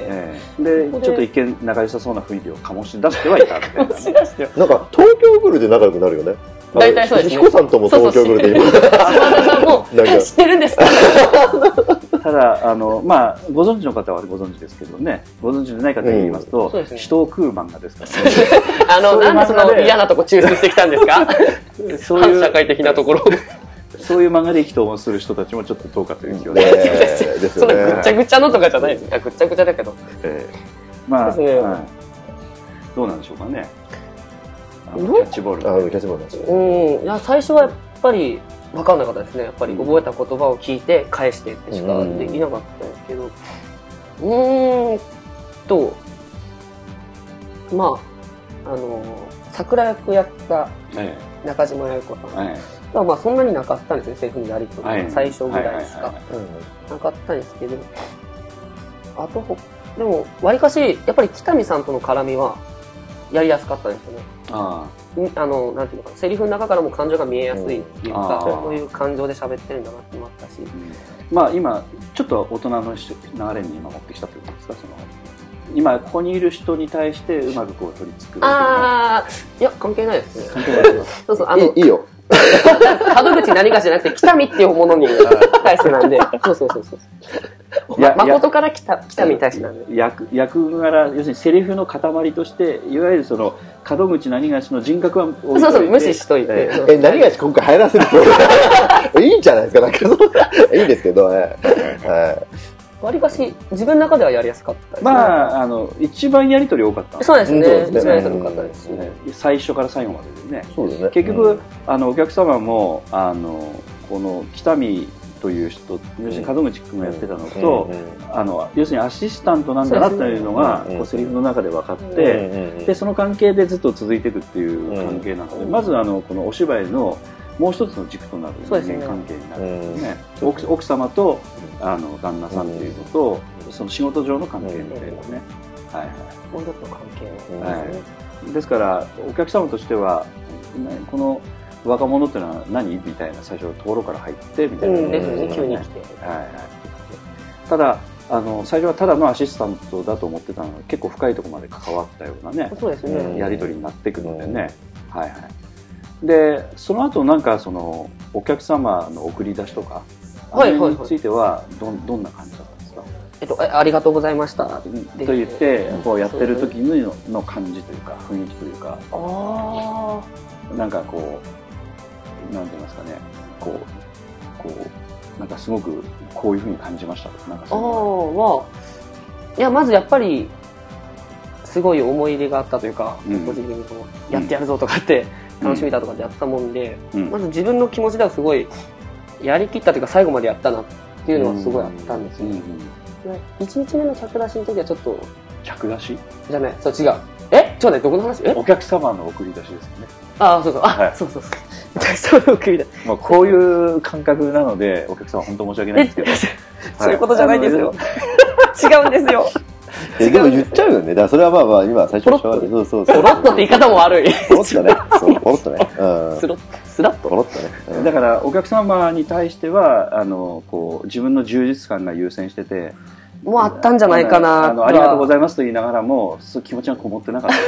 でちょっと一見仲良さそうな雰囲気を醸し出してはいたみたいな。 なんか東京ブールで仲良くなるよね。 大体そうですね。 彦さんとも東京ブルで今。 島田さんも知ってるんですか。 ただあのまあご存知の方はご存知ですけどね、ご存知でない方に言いますと、人を食う漫画ですからね。 あのなんでその嫌なとこ抽出してきたんですか。そういう社会的なところ。 そういう漫画で意気投合する人たちもちょっとどうかという気はね。 そのぐちゃぐちゃのとかじゃないです。ぐちゃぐちゃだけど。 まあどうなんでしょうかね。キャッチボール。 あキャッチボールなんですよ。 うん。いや最初はやっぱり分かんなかったですね。やっぱり覚えた言葉を聞いて返してってしかできなかったんですけど。うーんとまああの桜役やった中島八重子さんはまあそんなになかったんですね。セリフになりとか最初ぐらいしかなかったんですけど。あとでもわりかしやっぱり北見さんとの絡みはやりやすかったですよね。 ああのなんていうのかな、セリフの中からも感情が見えやすいっていうか、うん、そういう感情で喋ってるんだなって思ったし、うん、 まあ今ちょっと大人の流れに今持ってきたということですか、その今ここにいる人に対してうまくこう取り付く。 ああ、いや関係ないですね。 関係ないです。 そうそうあのいいよ。 門口何かじゃなくて北見っていうものに対してなんで、そうそうそうそう。いや誠から来た北見に対してなんで。 役役柄、要するにセリフの塊としていわゆるその門口何がしの人格はそうそう無視しといて。 え何がし今回入らせるといいんじゃないですか、なんかいいんですけどね。はい。 わりかし自分の中ではやりやすかったですね。 まああの一番やり取り多かった。 そうですね。一番やり取り多かったですね。 最初から最後までですね。 そうですね。 結局あのお客様もあのこの北見という人、要するに門口君がやってたのと、あの要するにアシスタントなんだなというのがこうセリフの中で分かって、でその関係でずっと続いていくっていう関係なので、まずあのこのお芝居のもう一つの軸となる人間関係になるんですね。奥奥様とあの旦那さんっていうのと、その仕事上の関係みたいなね。はいはい。 もう一つの関係ですね。 はい。ですからお客様としてはこの若者っていうのは何みたいな最初のところから入ってみたいな、 うん、ですね、急に来て、 はいはい、ただあの最初はただのアシスタントだと思ってたのが結構深いところまで関わったようなね、 そうですね、 やり取りになっていくのでね、うん、はいはい。でその後なんかそのお客様の送り出しとか、はいはいはい、についてはどどんな感じだったんですか？ えっと、ありがとうございましたと言ってこうやってる時のの感じというか雰囲気というか、あなんかこうなんて言いますかね、こう、こう、なんかすごくこういう風に感じました。なんかああ、まあ、いや、まずやっぱり、すごい思い入れがあったというか、うん、個人的にこう、やってやるぞとかって、うん、楽しみだとかってやったもんで、うん、まず自分の気持ちではすごい、やりきったというか最後までやったなっていうのはすごいあったんですよ。いちにちめの客出しの時はちょっと、 客出しじゃない、そう違う。えちょっとね、どこの話？えお客様の送り出しですよね。 ああ、そうそう、あ、はい、そうそうそう。お客様の送り出し。 まあこういう感覚なので、お客様本当申し訳ないんですけど。 そういうことじゃないんですよ。違うんですよ。 え、でも言っちゃうよね。だからそれはまあまあ、今最初のそうそうそう。ポロッとって言い方も悪い。 ポロッとね。そう、ポロッとね。 うん。スロッ、スラッと。 ポロッとね。 だからお客様に対しては、あの、こう、自分の充実感が優先してて、 もうあったんじゃないかな。 あの、ありがとうございますと言いながらも、そう気持ちがこもってなかった。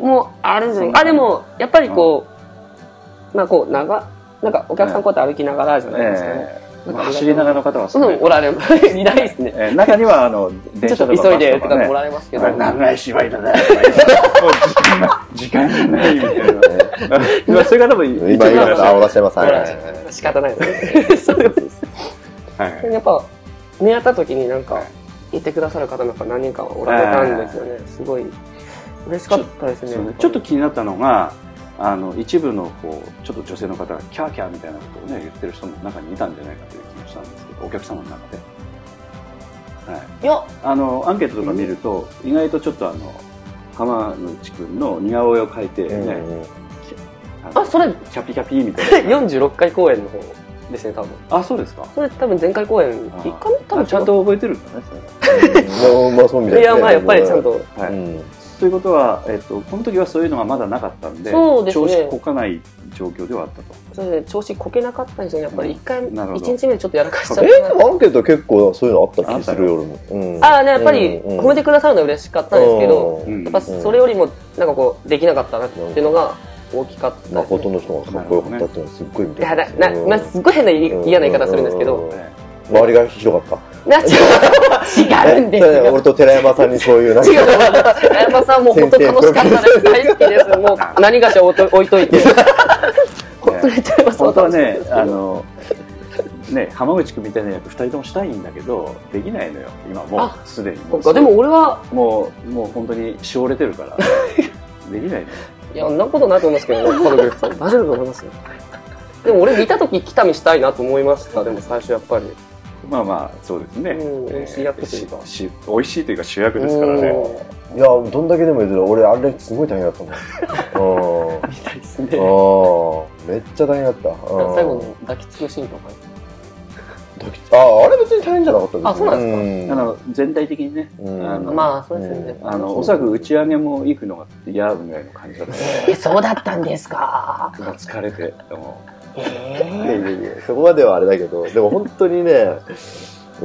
もう、あれですね。あ、でも、やっぱりこう、まあこう、長、なんかお客さんこうやって歩きながらじゃないですかね。 走りながらの方はそう、おられます。いないですね。 中には、あの、 電車とか急いでとかおられますけど。 長い芝居だね。時間がないみたいなね。今、そういう方も今、今、あ、おらっしゃいます。 仕方ないですね。やっぱ、見合った時になんか、いてくださる方なんか何人かおられたんですよね。すごい、嬉しかったですね。 ちょっと気になったのが、あの一部のこうちょっと女性の方がキャーキャーみたいなことをね言ってる人も中にいたんじゃないかという気がしたんですけど、お客様の中で、はい、いやあのアンケートとか見ると、うん、意外とちょっとあの浜口君の似顔絵を描いてね、うん、 あ, あそれキャピキャピみたいなよんじゅうろっかい公演の方ですね多分。 あ、そうですか。 それ多分前回公演いっかい多分ちゃんと覚えてるんだねそれ。 まあそうみたいな。 いやまあやっぱりちゃんと。 はい。うんということは、えっと、この時はそういうのがまだなかったんで、 そうですね、 調子こかない状況ではあったと。 そうですね、調子こけなかったんですよね、やっぱり一回、一日目でちょっとやらかしちゃった。 えー、でもアンケート結構そういうのあった気するよ、俺も。 うん、ああね、やっぱり褒めてくださるのは嬉しかったんですけど、うん、やっぱそれよりも、なんかこう、できなかったなっていうのが大きかった、ね。 誠の人がかっこよかったっていうのはすっごい見てた。いや、な、まあ、すっごい変な嫌な言い方するんですけど、 周りが広かった。 な違うんですよ。 俺と寺山さんにそういうなんか。 違う。寺山さんも本当楽しかったです。大好きです。もう何がしら置いといて。本当に寺山さん本当はね、あのね浜口君みたいな役ふたりともしたいんだけどできないのよ。今もうすでに。 でも俺はもうもう本当にしおれてるからできないのよ。 いやそんなことないと思いますけど、門口さん大丈夫だと思いますよ。でも俺見た時北見したいなと思いました。でも最初やっぱり。 まあまあそうですね。 美味しい役というか、 美味しいというか主役ですからね。 いやどんだけでも言うけど俺あれすごい大変だったもん。 みたいですね。 めっちゃ大変だった。 最後の抱きつくシーンとか。 ああ、あれ別に大変じゃなかったですね。 あ、そうなんですか。 あの全体的にね、 あのまあそうですね。 あのおそらく打ち上げも行くのが嫌ぐらいの感じだった。 えー、そうだったんですか。 疲れて、でも。 えー、いやいやいや、そこまではあれだけど、でも本当にね、うん、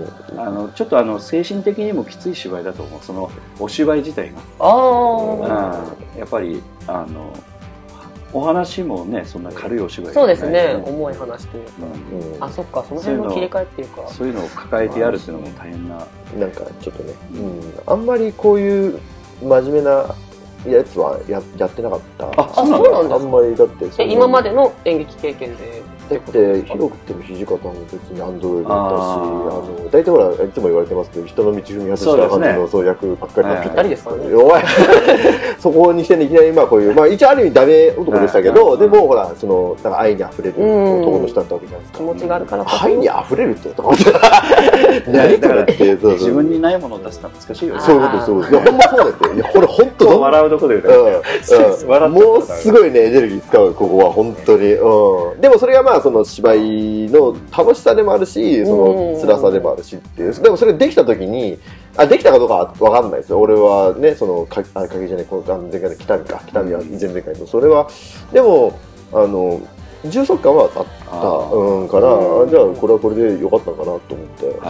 あのちょっとあの精神的にもきつい芝居だと思う。そのお芝居自体が。 ああ、 やっぱりあの。お話もね、そんな軽いお芝居、 ね、そうですね、重い話というか、うん、あ、そっか、その辺の切り替えっていうか、 そういうのを抱えてやるっていうのも大変な、 なんかちょっとね、うん、あんまりこういう真面目なやつは や, やってなかった。 あ、そうなんですか。 あんまりだってえ、今までの演劇経験で。 だって広くても土方も別にアンドロイドだったし、あの大体ほらいつも言われてますけど、人の道踏み外した感じのそう役ばっかりぴったりですかね。 おいそこにしてね、いきなりまあこういう、まあ一応ある意味ダメ男でしたけど、でもほらそのなんか愛に溢れる男の人だったわけじゃないですか。 気持ちがあるから愛に溢れるってと思って何それって、 自分にないものを出すのは難しいよね。 そういうことそう。いやほんまそうだって。いやこれ本当笑うとこで言うね。もうすごいねエネルギー使うここは本当に。うん。でもそれがまあその芝居の楽しさでもあるし、その辛さでもあるしっていう。でもそれできた時に、あ、できたかどうかは分かんないですよ。俺はね、その、か、あ、影じゃない、この前回の北見か、北見は前々回の、それは、でも、あの、充足感はあったうんから、じゃあこれはこれで良かったのかなと思って、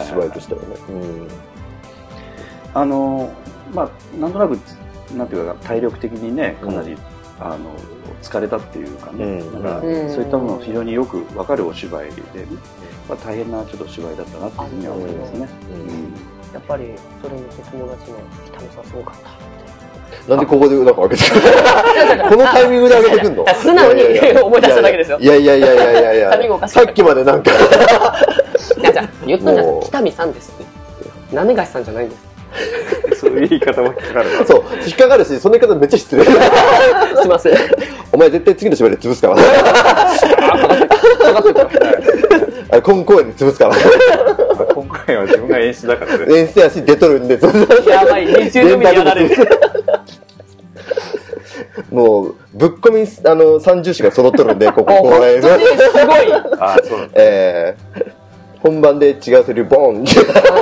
芝居としてはね。うん、 あの、まあ、なんとなく、なんていうか、体力的にね、かなり、うん、あの、疲れたっていうかね、うん、なんか、そういったものを非常によく分かるお芝居で、まあ、大変なちょっと芝居だったなっていうふうには思いますね。 やっぱりそれ見て友達の北野さんすごかったって。 なんでここでなんか開けてくるこのタイミングで開けてくるの？ 素直に思い出しただけですよ。 いやいやいやいやいやいや。さっきまでなんかいやじゃ言ったじゃん。北見さんですって。なめがしさんじゃないんです。 そういう言い方も引っかかるな。 そう引っかかるし、その言い方めっちゃ失礼。すいません。 お前絶対次の芝居で潰すから。あれ今公演で潰すから。 今回は自分が演出だからね。 演出やし出とるんで。 やばい、二重のみにやられる。 もうぶっ込みあの三重視が揃っとるんで、ここ公演が。すごい。 あ、そう。 えー、本番で違うセリフボーン。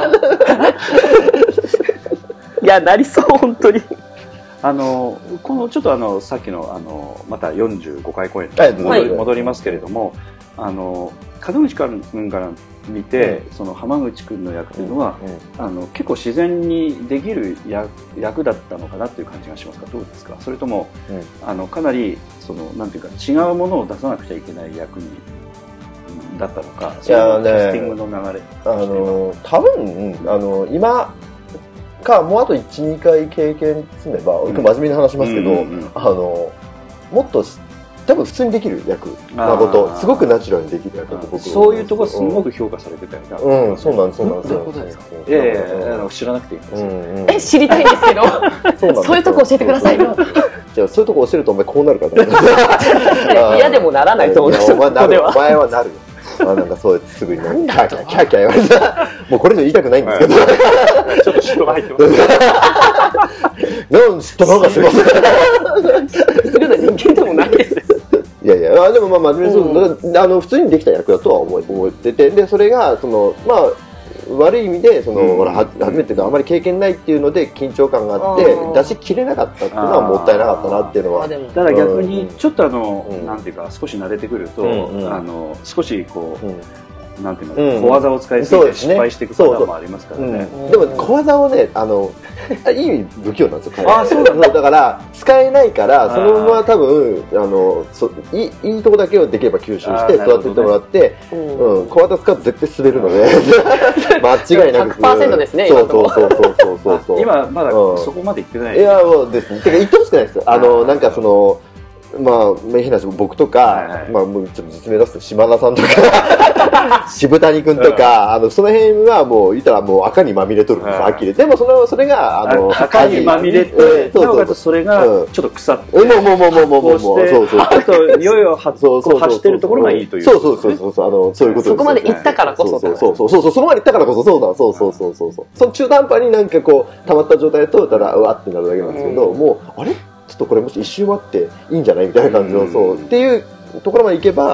いやなりそう本当に。 あのこのちょっとあのさっきのあのまたよんじゅうごかい公演に戻り、戻りますけれども、あの門口君から見て、うん、その浜口君の役というのは、うん、あの結構自然にできる 役, 役だったのかなという感じがしますか？どうですか？それとも、うん、あのかなりそのなんていうか違うものを出さなくちゃいけない役にだったのか、 いやね、 キャスティングの流れ、 あの多分あの今かもうあと いち,に 回経験積めば、うん、真面目に話しますけど、うんうんうん、あのもっと多分普通にできる役なこと、すごくナチュラルにできる役だと僕はそういうところすごく評価されてたよな。 うん、そうなんです、そうなんです。 どういうことですか？いやいや、知らなくていいんですよ。 うんうん、え、知りたいんですけど、そう, そういうとこ教えてくださいよ。 じゃあそういうとこ教えるとお前こうなるからね。 嫌でもならないと思うんですよ。 お前なる、お前はなるよ。あ、なんかそうすぐにキャーキャーキャーキャー言われた。もうこれ以上言いたくないんですけど。ちょっと嫉妬が入ってます。 なん嫉妬なんかすいません。 するの人間でもないですよ。 いやいや、でもまあ真面目にそう、うん、あの普通にできた役だとは思ってて、でそれがそのまあ悪い意味でその、うん、ほら初めてのあまり経験ないっていうので緊張感があって出し切れなかったっていうのはもったいなかったなっていうのは。 だから逆にちょっとあの、うん、なんていうか少し慣れてくると、うんうん、あの少しこう。うんなんていうの、うん、小技を使いすぎて失敗していくパターンもありますからね。 うん、でも小技をね、あのいい意味不器用なんですよ。彼はあ、そうなんだ。 だから使えないからそのまま多分あのそいいいいとこだけをできれば吸収して育ててもらって、ね、うん、小技使うと絶対滑るので間違いなくひゃくパーセント ですね。 そうそうそうそうそうそう。 今まだそこまでいってない。 いやもうですね。てか言ってほしくないですよ。あのなんかその。まあ、変な話、僕とか、はいはい、まあ、もうちょっと実名出すと、島田さんとか、渋谷くんとか、あの、その辺はもう、言ったらもう赤にまみれとるんです、はっきり。でも、その、それが、あの、 赤にまみれて、なおかつそれが、ちょっと腐って、 もう、もう、もう、もう、もう、もう、そうそう。 ちょっと、匂いを発してるところがいいという。 そうそうそうそう、あの、そういうことです。 そこまで行ったからこそ。 そうそうそう、そう、そこまで行ったからこそ、そうだ、そうそうそうそう。その中途半端になんかこう、溜まった状態だと、ただ、うわってなるだけなんですけど、もう、あれちょっとこれもし一周回っていいんじゃないみたいな感じの、そうっていうところまでいけば、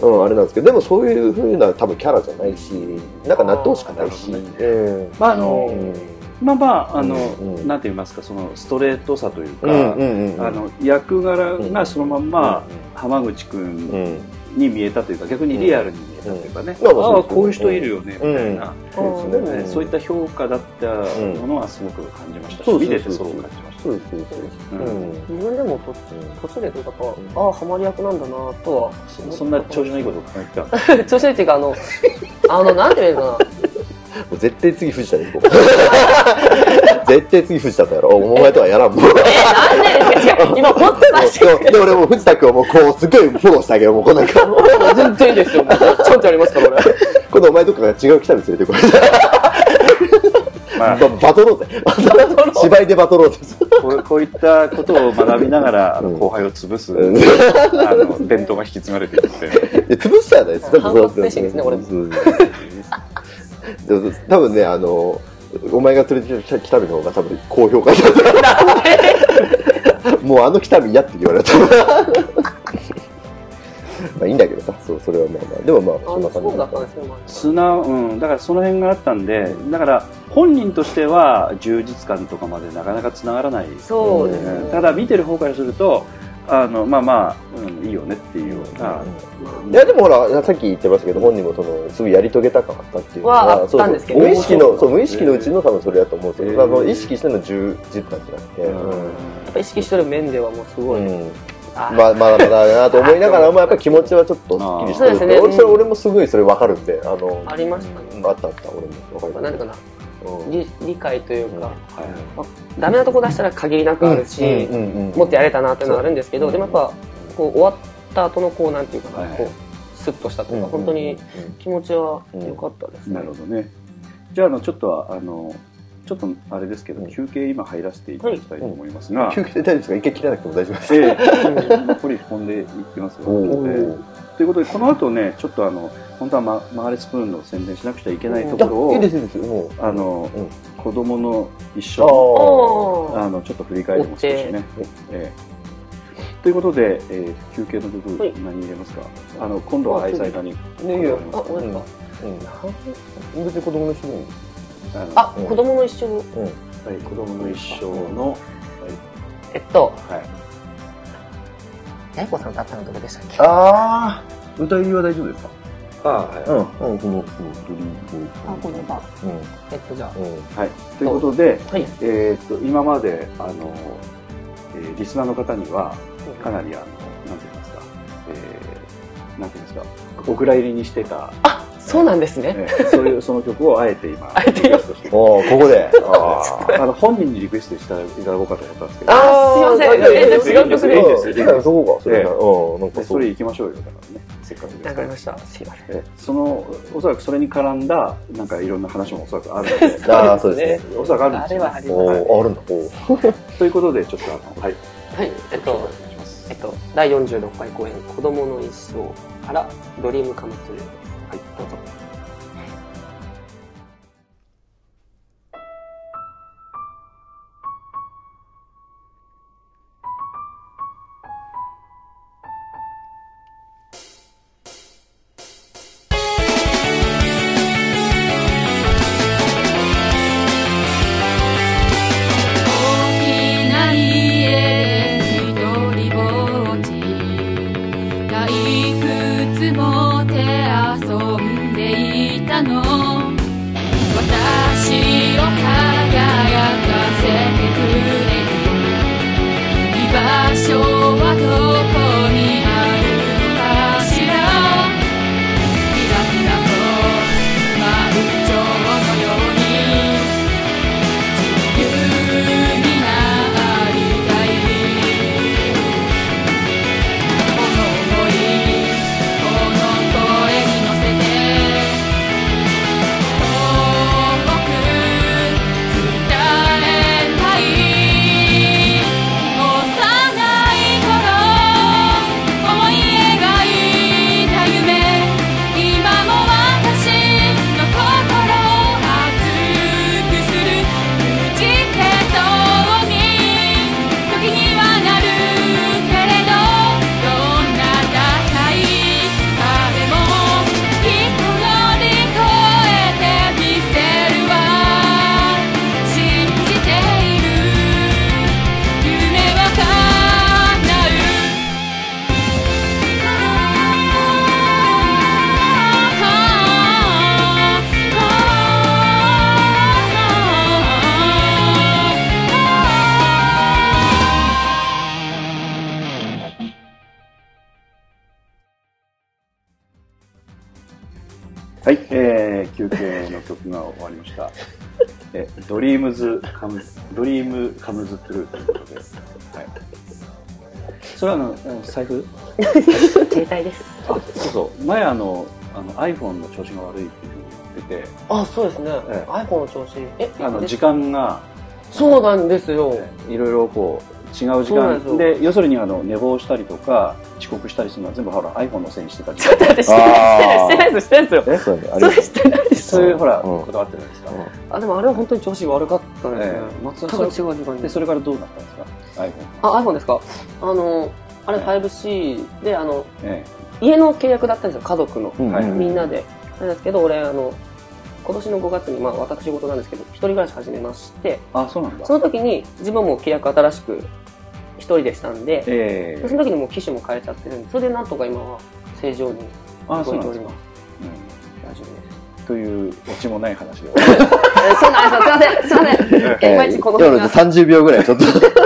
うん、あれなんですけど、でもそういう風な多分キャラじゃないし、なんか納豆しかないし、 まああの、まあまああの、なんて言いますか、そのストレートさというか、あの役柄がそのまんま浜口くんに見えたというか、逆にリアルに見えたというかね、ああこういう人いるよねみたいな、そういった評価だったものはすごく感じましたし、見ててそう感じました。そうですそうです。 自分でも途中でというか、ああハマり役なんだなとは。 そんな調子のいいことを考えてた。調子のいいっていうか、あのあのなんて言うのかな。 絶対次藤田で行こう。絶対次藤田とやろう。お前とはやらんもん。 え、なんでですか。今掘ってました。 で俺も藤田君をもうこうすごいフォローしてあげよう。もうこんなんか。 全然いいですよ。ちゃんとやりますから俺。 今度お前とかが違う北見連れてこい。まあ、バトろうぜ。芝居でバトろうぜ。 こう、こういったことを学びながら、あの後輩を潰す、うん、あの伝統が引き継がれていって。 潰しちゃうね。 反発精神ですね、俺も。 多分ね、あの、お前が連れてきた北見の方が多分高評価だった。もうあの北見嫌って言われた。まあいいんだけどさ、そう、それはまあまあ、でもまあ、そんな感じ。そうだったんですよ、 素直、うん、だからその辺があったんで、だから本人としては充実感とかまでなかなか繋がらない。 そうですね。 ただ見てる方からすると、あの、まあまあ、うん、いいよねっていうような。 いやでもほら、さっき言ってましたけど、本人もその、すぐやり遂げたかったっていうのは、 あったんですけど、 無意識の、そう、無意識のうちの多分それだと思うんですけど、あの、意識しての充実感じゃなくて、やっぱ意識してる面ではもうすごい、 まあ、まだまだだなと思いながらも、やっぱり気持ちはちょっとスッキリしてるって、俺、それ俺もすごいそれ分かるんで、あの、 ありましたね。 あったあった、俺も分かります。 なんていうかな。理, 理解というか、うん、ダメなとこ出したら限りなくあるし、もっとやれたなっていうのがあるんですけど、うん、でもやっぱこう終わった後のこうなんていうかな、はい、こうスッとしたというか、本当に気持ちは良かったですね。 なるほどね。じゃあ、あのちょっとあのちょっとあれですけど、休憩今入らせていただきたいと思いますが、はい、 休憩で大丈夫ですか？一回切らなくても大丈夫ですか？ ええ、残り飛んでいきますよ。ということで、この後ね、ちょっとあの本当はママーレスプーンの宣伝しなくちゃいけないところを、あの、うん、子供の一生あのちょっと振り返りも少しね。えー、ということで、えー、休憩の部分、はい、何入れますか？あの今度は愛妻家に。 ねえよ。あ、これか。 うん。別に子供の一生に。 あ、子供の一生。うん。 はい、子供の一生の。はい、 えっと。はい。八重子さんだったのどれでしたっけ？ ああ、歌入りは大丈夫ですか？ ああ、はい。 うん、うん、この、この、 あ、この場。うん。えっと、じゃあ。はい。ということで、えっと、今まで、あの、リスナーの方には、かなり、あの、なんて言いますか、えー、なんて言いますか、お蔵入りにしてた。 あ、そうなんですね。 そういう、その曲をあえて今、 あえてリクエストして。 おお、ここで。 あの、本人にリクエストしていただこうかと思ったんですけど。 ああ、すいません。全然違う曲でいいです。 いいです。 そこか。それ、 うん、なんかそれ行きましょうよ。だからね。せっかくですから。 わかりました。すいません。 その、おそらくそれに絡んだ、なんかいろんな話もおそらくあるので。 ああ、そうですね。 おそらくあるんですよ。 あれはあります。 あるんだ。 ということで、ちょっとあの、はい。 はい、えっと、えっと、だいよんじゅうろっかい公演、子供の一生からドリームカムトゥルーです。はい、どうぞ。 「 はい、えー、休憩の曲が終わりました。え、ドリームズカムズ、ドリームカムズトゥルーということで。はい。それはあの、財布携帯です。 あ、そうそう。前あの、あの iPhone の調子が悪いっていうふうに言ってて。 あ、そうですね。ええ、iPhone の調子。え、 あの、時間が。 そうなんですよ。 いろいろこう、違う時間で、要するにあの寝坊したりとか遅刻したりするのは全部ほら iPhone のせいにしてたり。 ちょっと待って、してないです、してないですよ。 え、そうね。 それしてないです。 そういうほら、こだわってるんですか。 あ、でもあれは本当に調子悪かったですね。全く違う時間に。 で、それからどうなったんですか ?iPhone。 あ、iPhone ですか。あの、あれ ファイブシー で、あの、家の契約だったんですよ、家族の。みんなで。なんですけど、俺、あの、今年のごがつに、まあ私事なんですけど、一人暮らし始めまして、 あ、そうなんだ。 その時に自分も契約新しく一人でしたんで、 えー、 その時にもう機種も変えちゃってるんで、それでなんとか今は正常に動いております。うん、大丈夫です。 というオチもない話で。 そうなんですよ。すいません。すいません。いまいちこの辺がさんじゅうびょうぐらいちょっと。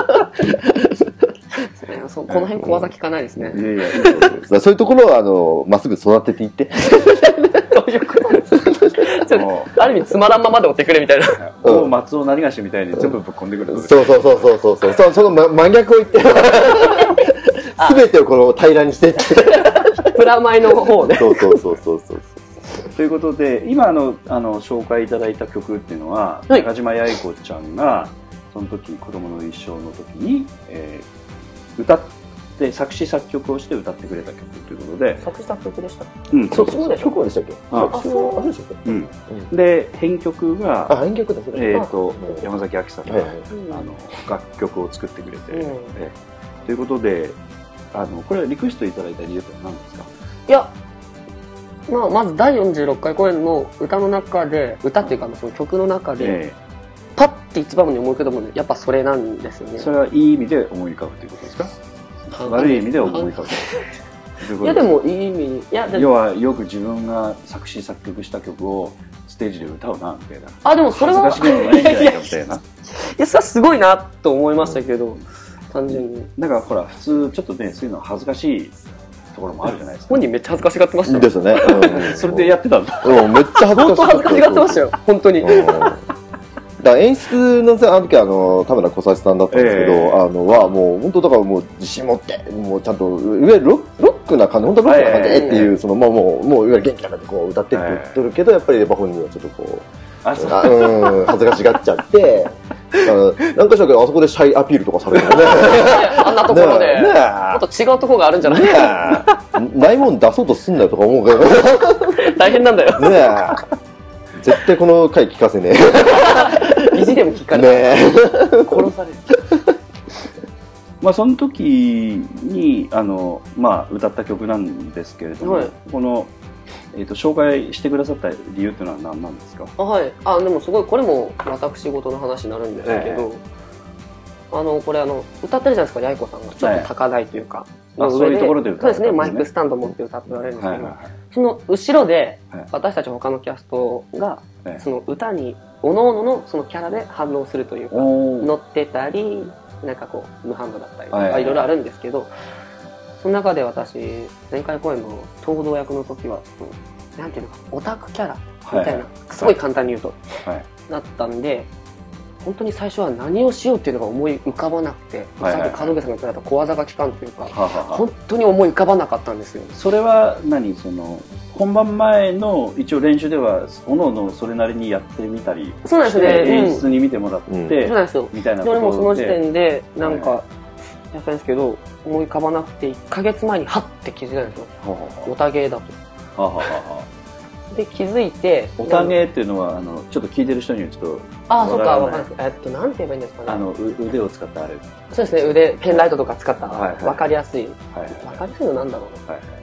この辺小技効かないですね。 いやいや、そういうところをあのまっすぐ育てていって。 どういうことですか。ある意味つまらんままで追ってくれみたいな。 もう松尾何がしみたいに全部ぶっ込んでくる。 そうそうそうそうそうそう。その真逆を言って。すべてをこの平らにしていって。 プラマイの方で。 そうそうそうそうそう。 ということで今のあの紹介いただいた曲っていうのは、はい、中島八重子ちゃんがその時子供の一生の時に、えー、歌って作詞作曲をして歌ってくれた曲ということで。 作詞作曲でした。 うん、 そうそう。曲はでしたっけ？ あ、そうでしたっけ？うん。で編曲があ編曲だ。 えっと山崎亜紀さんがあの楽曲を作ってくれて、ということであのこれはリクエストいただいた理由って何ですか？ いや。まあ、まずだいよんじゅうろっかい公演の歌の中で歌っていうかその曲の中で、えー、パッて一番に思い浮かぶのはやっぱそれなんですよね。 それはいい意味で思い浮かぶということですか？悪い意味で思い浮かぶ。 いやでもいい意味に、いや要はよく自分が作詞作曲した曲をステージで歌うなみたいな。 あでもそれは恥ずかしげもないんじゃないかみたいな。いやそれはすごいなと思いましたけど、うん、単純に。 なんかほら普通ちょっとねそういうの恥ずかしい。ところもあるじゃないですか。 本人めっちゃ恥ずかしがってました。 ですね。 それでやってたんだ。 うん、めっちゃ恥ずかし本当恥ずかしがってましたよ。本当に。 だから演出のあの時はあの田村小指さんだったんですけど、えー、あのはもう本当だからもう自信持ってもうちゃんといわゆるロックな感じ本当ロックな感じでっていうそのもうもうもういわゆる元気な感じでこう歌ってって言ってるけどやっぱりやっぱ本人はちょっとこうあうん恥ずかしがっちゃって。なんかしらけどあそこでシャイアピールとかされてもねあんなところでもっと違うところがあるんじゃないないもん出そうとすんなよとか思うけど大変なんだよねえ絶対この回聞かせねえ意地でも聞かれない、ね、殺されるまあその時にあの、まあ、歌った曲なんですけれども、はい、このえー、と紹介してくださった理由っていうのは何なんですか？ あ、はい、あでもすごいこれも私事の話になるんですけど、えー、あのこれあの歌ってるじゃないですか八重子さんがちょっと高台というか、 えー、そういうところで歌ってるんですね。そうですね、マイクスタンド持って歌っておられるんですけど、はいはいはい、その後ろで私たち他のキャストが、はい、その歌に各々のそのキャラで反応するというか乗ってたりなんかこう無反応だったりとか、はいはい、いろいろあるんですけど。その中で私前回公演の東堂役の時はなんていうのかオタクキャラみたいな、はいはい、すごい簡単に言うと、はい、だったんで本当に最初は何をしようっていうのが思い浮かばなくて、はいはいはい、さっき門口さんが言ってた小技が効かんというか、はいはいはい、本当に思い浮かばなかったんですよ。 それは何その本番前の一応練習ではおのおのそれなりにやってみたりそうなんですね、 演出に見てもらって、うん、そうなんですよみたいなことで俺もその時点でなんか、はいやったんですけど思い浮かばなくていっかげつまえにハッて気づいたんですよ。オタゲーだと。ははははで気づいてオタゲーっていうのはあのちょっと聞いてる人にはちょっとああそうかわかんないです。えっとなんて言えばいいんですかね。 あの腕を使ったあれそうですね腕ペンライトとか使ったわ、はいはい、かりやすい、はいはい、わかりやすいのなんだろうな、はいはい、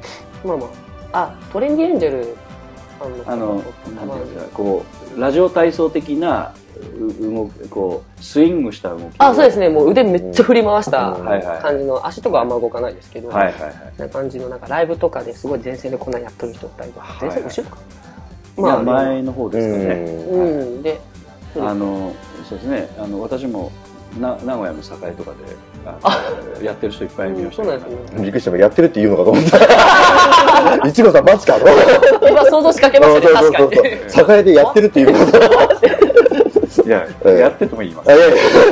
まあまああトレンディエンジェルあのなんていうんですかこうラジオ体操的な動くこうスイングした動きあそうですねもう腕めっちゃ振り回した感じの足とかあんま動かないですけど、はいはいはい、な感じのなんかライブとかですごい前線でこんなやっとる人ったりとか前線後ろか、 まあ前の方ですかね。 うんであのそうですねあの私もな名古屋の栄とかでやってる人いっぱい見ました、 うん、そうなんですね。 びっくりした。やってるって言うのかと思った。いちごさんマジか今想像しかけましたね、確かに。 栄でやってるって言うのかと思った。 いや、やってとも言います。 はい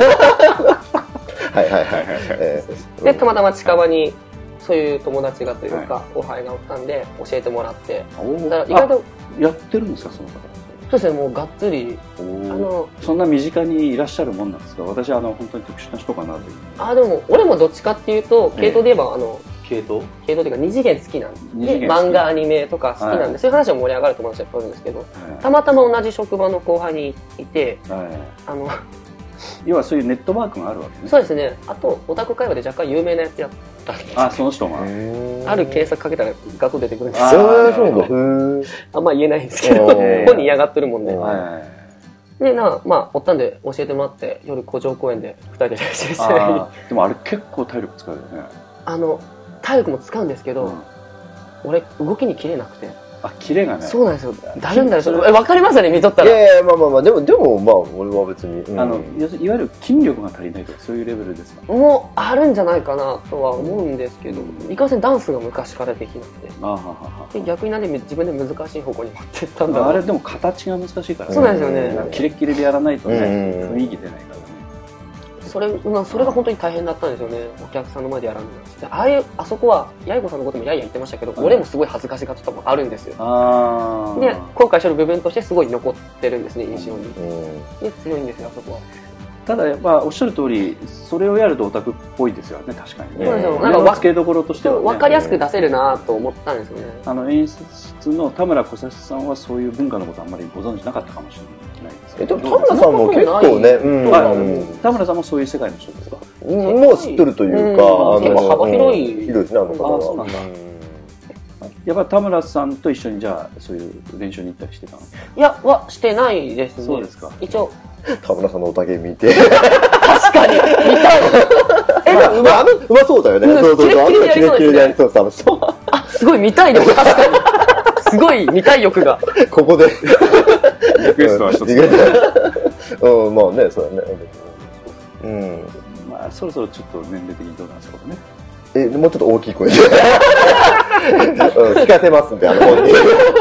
はいはいはい。 で、たまたま近場にそういう友達がというか、後輩がおったんで、教えてもらって。 だから意外とやってるんですか、その方。 そうですね、もうがっつり。 あのそんな身近にいらっしゃるもんなんですか。私はあの本当に特殊な人かなという。 あ、でも俺もどっちかっていうと、系統で言えばあの、 系統系統というか二次元好きなんで、漫画アニメとか好きなんで、そういう話は盛り上がる友達はいっぱいいるんですけど、たまたま同じ職場の後輩にいて、あの要はそういうネットワークがあるわけね。 そうですね。あとオタク界隈で若干有名なやつやったんです。 あ、その人がある検索かけたら画像出てくるんですよ。あんま言えないんですけど、本人嫌がってるもんで。でな、まあおったんで教えてもらって夜古城公園でふたりで練習して。 でもあれ結構体力使うよね。 あの体力も使うんですけど、俺動きに切れなくて。 あ、キレがね。 そうなんですよ。だるんだよ。それわかりますよね、見とったら。 いやいや、まあまあまあ、でも、でも、まあ、俺は別に。 あの、いわゆる筋力が足りないとか、そういうレベルですか。 もう、あるんじゃないかなとは思うんですけど、いかんせんダンスが昔からできなくて。あははで、逆になんで自分で難しい方向に持ってったんだろう。 あれでも形が難しいからね。 そうなんですよね。 キレッキレでやらないとね、雰囲気出ないからね。 それ、まあ、それが本当に大変だったんですよね。お客さんの前でやらんのが。ああいう、あそこは、八重子さんのこともやいや言ってましたけど、俺もすごい恥ずかしがとかもあるんですよ。で、今回しょる部分としてすごい残ってるんですね、印象に。で、強いんですよ、あそこは。 ただ、まあ、おっしゃる通り、それをやるとオタクっぽいですよね、確かにね。 そうですよ。 なんか、つけどころとしては、ね。 わかりやすく出せるなと思ったんですよね。 あの、演出の田村小指さんはそういう文化のことあんまりご存知なかったかもしれないですけど。 え、でも田村さんも結構ね、 田村さんもそういう世界の人ですか？ もう知ってるというか、 結構幅広い。 広いですね、あの方は。 あ、そうなんだ。やっぱり田村さんと一緒にじゃあそういう練習に行ったりしてたの？ いや、はしてないですね。 そうですか。 一応。 田村さんのおたげ見て。 確かに見たい。 え、でもうま、うまそうだよね。そうそうそう。あのキレッキレでやりそうさ、そう。 あ、すごい見たいです。確かに。すごい見たい欲が。 ここで。リクエストは一つ。 うん、まあね、そうだね。うん。 まあそろそろちょっと年齢的にどうなんですかね。 え、もうちょっと大きい声で。聞かせますんで、あの本に。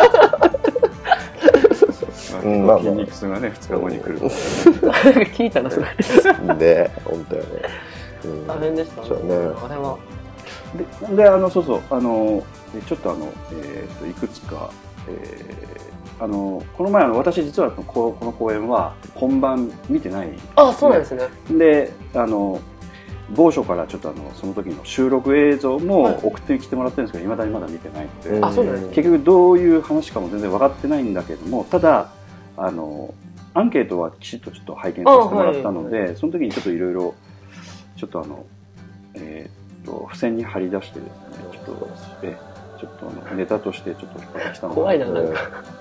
うん、まあ、筋肉痛がね、ふつかごに来る。 聞いたな、それ。 ね、本当よね。 大変でしたね。あれは。 で、で、あの、そうそう、あの、ちょっとあの、えっと、いくつか、えー、あの、この前、あの、私実はこの、この公演は本番見てない。 あ、そうなんですね。 で、あの、某所からちょっとあのその時の収録映像も送ってきてもらってるんですけど、いまだにまだ見てないので、 あ、そうなんですね。 結局どういう話かも全然分かってないんだけども、ただあのアンケートはきちっとちょっと拝見させてもらったので、はい、その時にちょっといろいろちょっとあのえー、っと付箋に貼り出してですね、ちょっとえちょっとあのネタとしてちょっと引っ張ってきたので、 怖いななんか、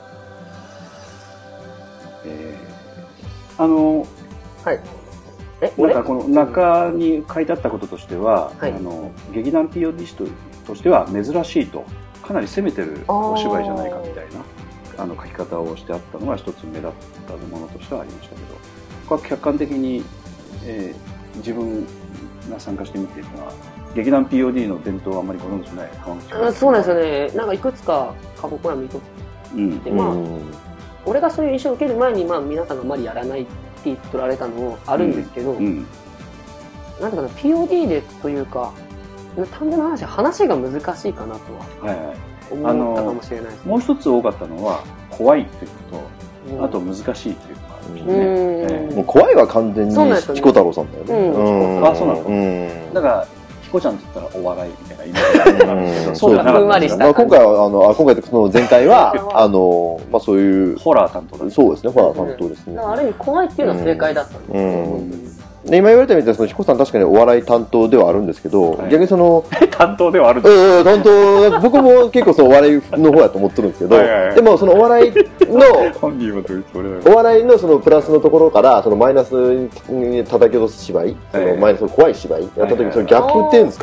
えー、あのはい。 なんかこの中に書いてあったこととしては、はい、あの劇団 ピーオーディー と, としては珍しいと、かなり攻めてるお芝居じゃないかみたいなあの書き方をしてあったのが一つ目立ったものとしてはありましたけど、これは客観的に、えー、自分が参加してみているのは劇団 ピーオーディー の伝統はあんまりご存知ない浜口さん。 そうなんですよね。なんかいくつか過去コラム見とって、うん、まあ、うん、俺がそういう印象を受ける前に、まあ、皆さんがあまりやらないって言っておられたのもあるんですけど、うんうん、なんていうかな、 ピーオーディー でというか単純な話話が難しいかなとは思ったかもしれないですね。 もう一つ多かったのは怖いっていうのと、うん、あと難しいっていうのがあるんですね。 えー、もう怖いは完全に彦太郎さんだよね。 うん、あ、そうなの。うん、だから彦ちゃんって言ったらお笑いみたいなイメージがあるんですけど、そうじゃなかったんですよ。 まあ、 今回はあのあ今回その前回はあのまあそういうホラー担当だ、ね。 そうですね、ホラー担当ですね。 ある意味怖いっていうのは正解だったんですよ。うんで今言われたみたいにその彦さん確かにお笑い担当ではあるんですけど、はい、逆にその担当ではあるんですか。うん、担当僕も結構そのお笑いの方やと思ってるんですけど、はいはいはい、でもそのお笑いの本人はどういうそれお笑いのそのプラスのところからそのマイナスに叩き落とす芝居、そのマイナスの怖い芝居やった時にそのギャップっていうんですか。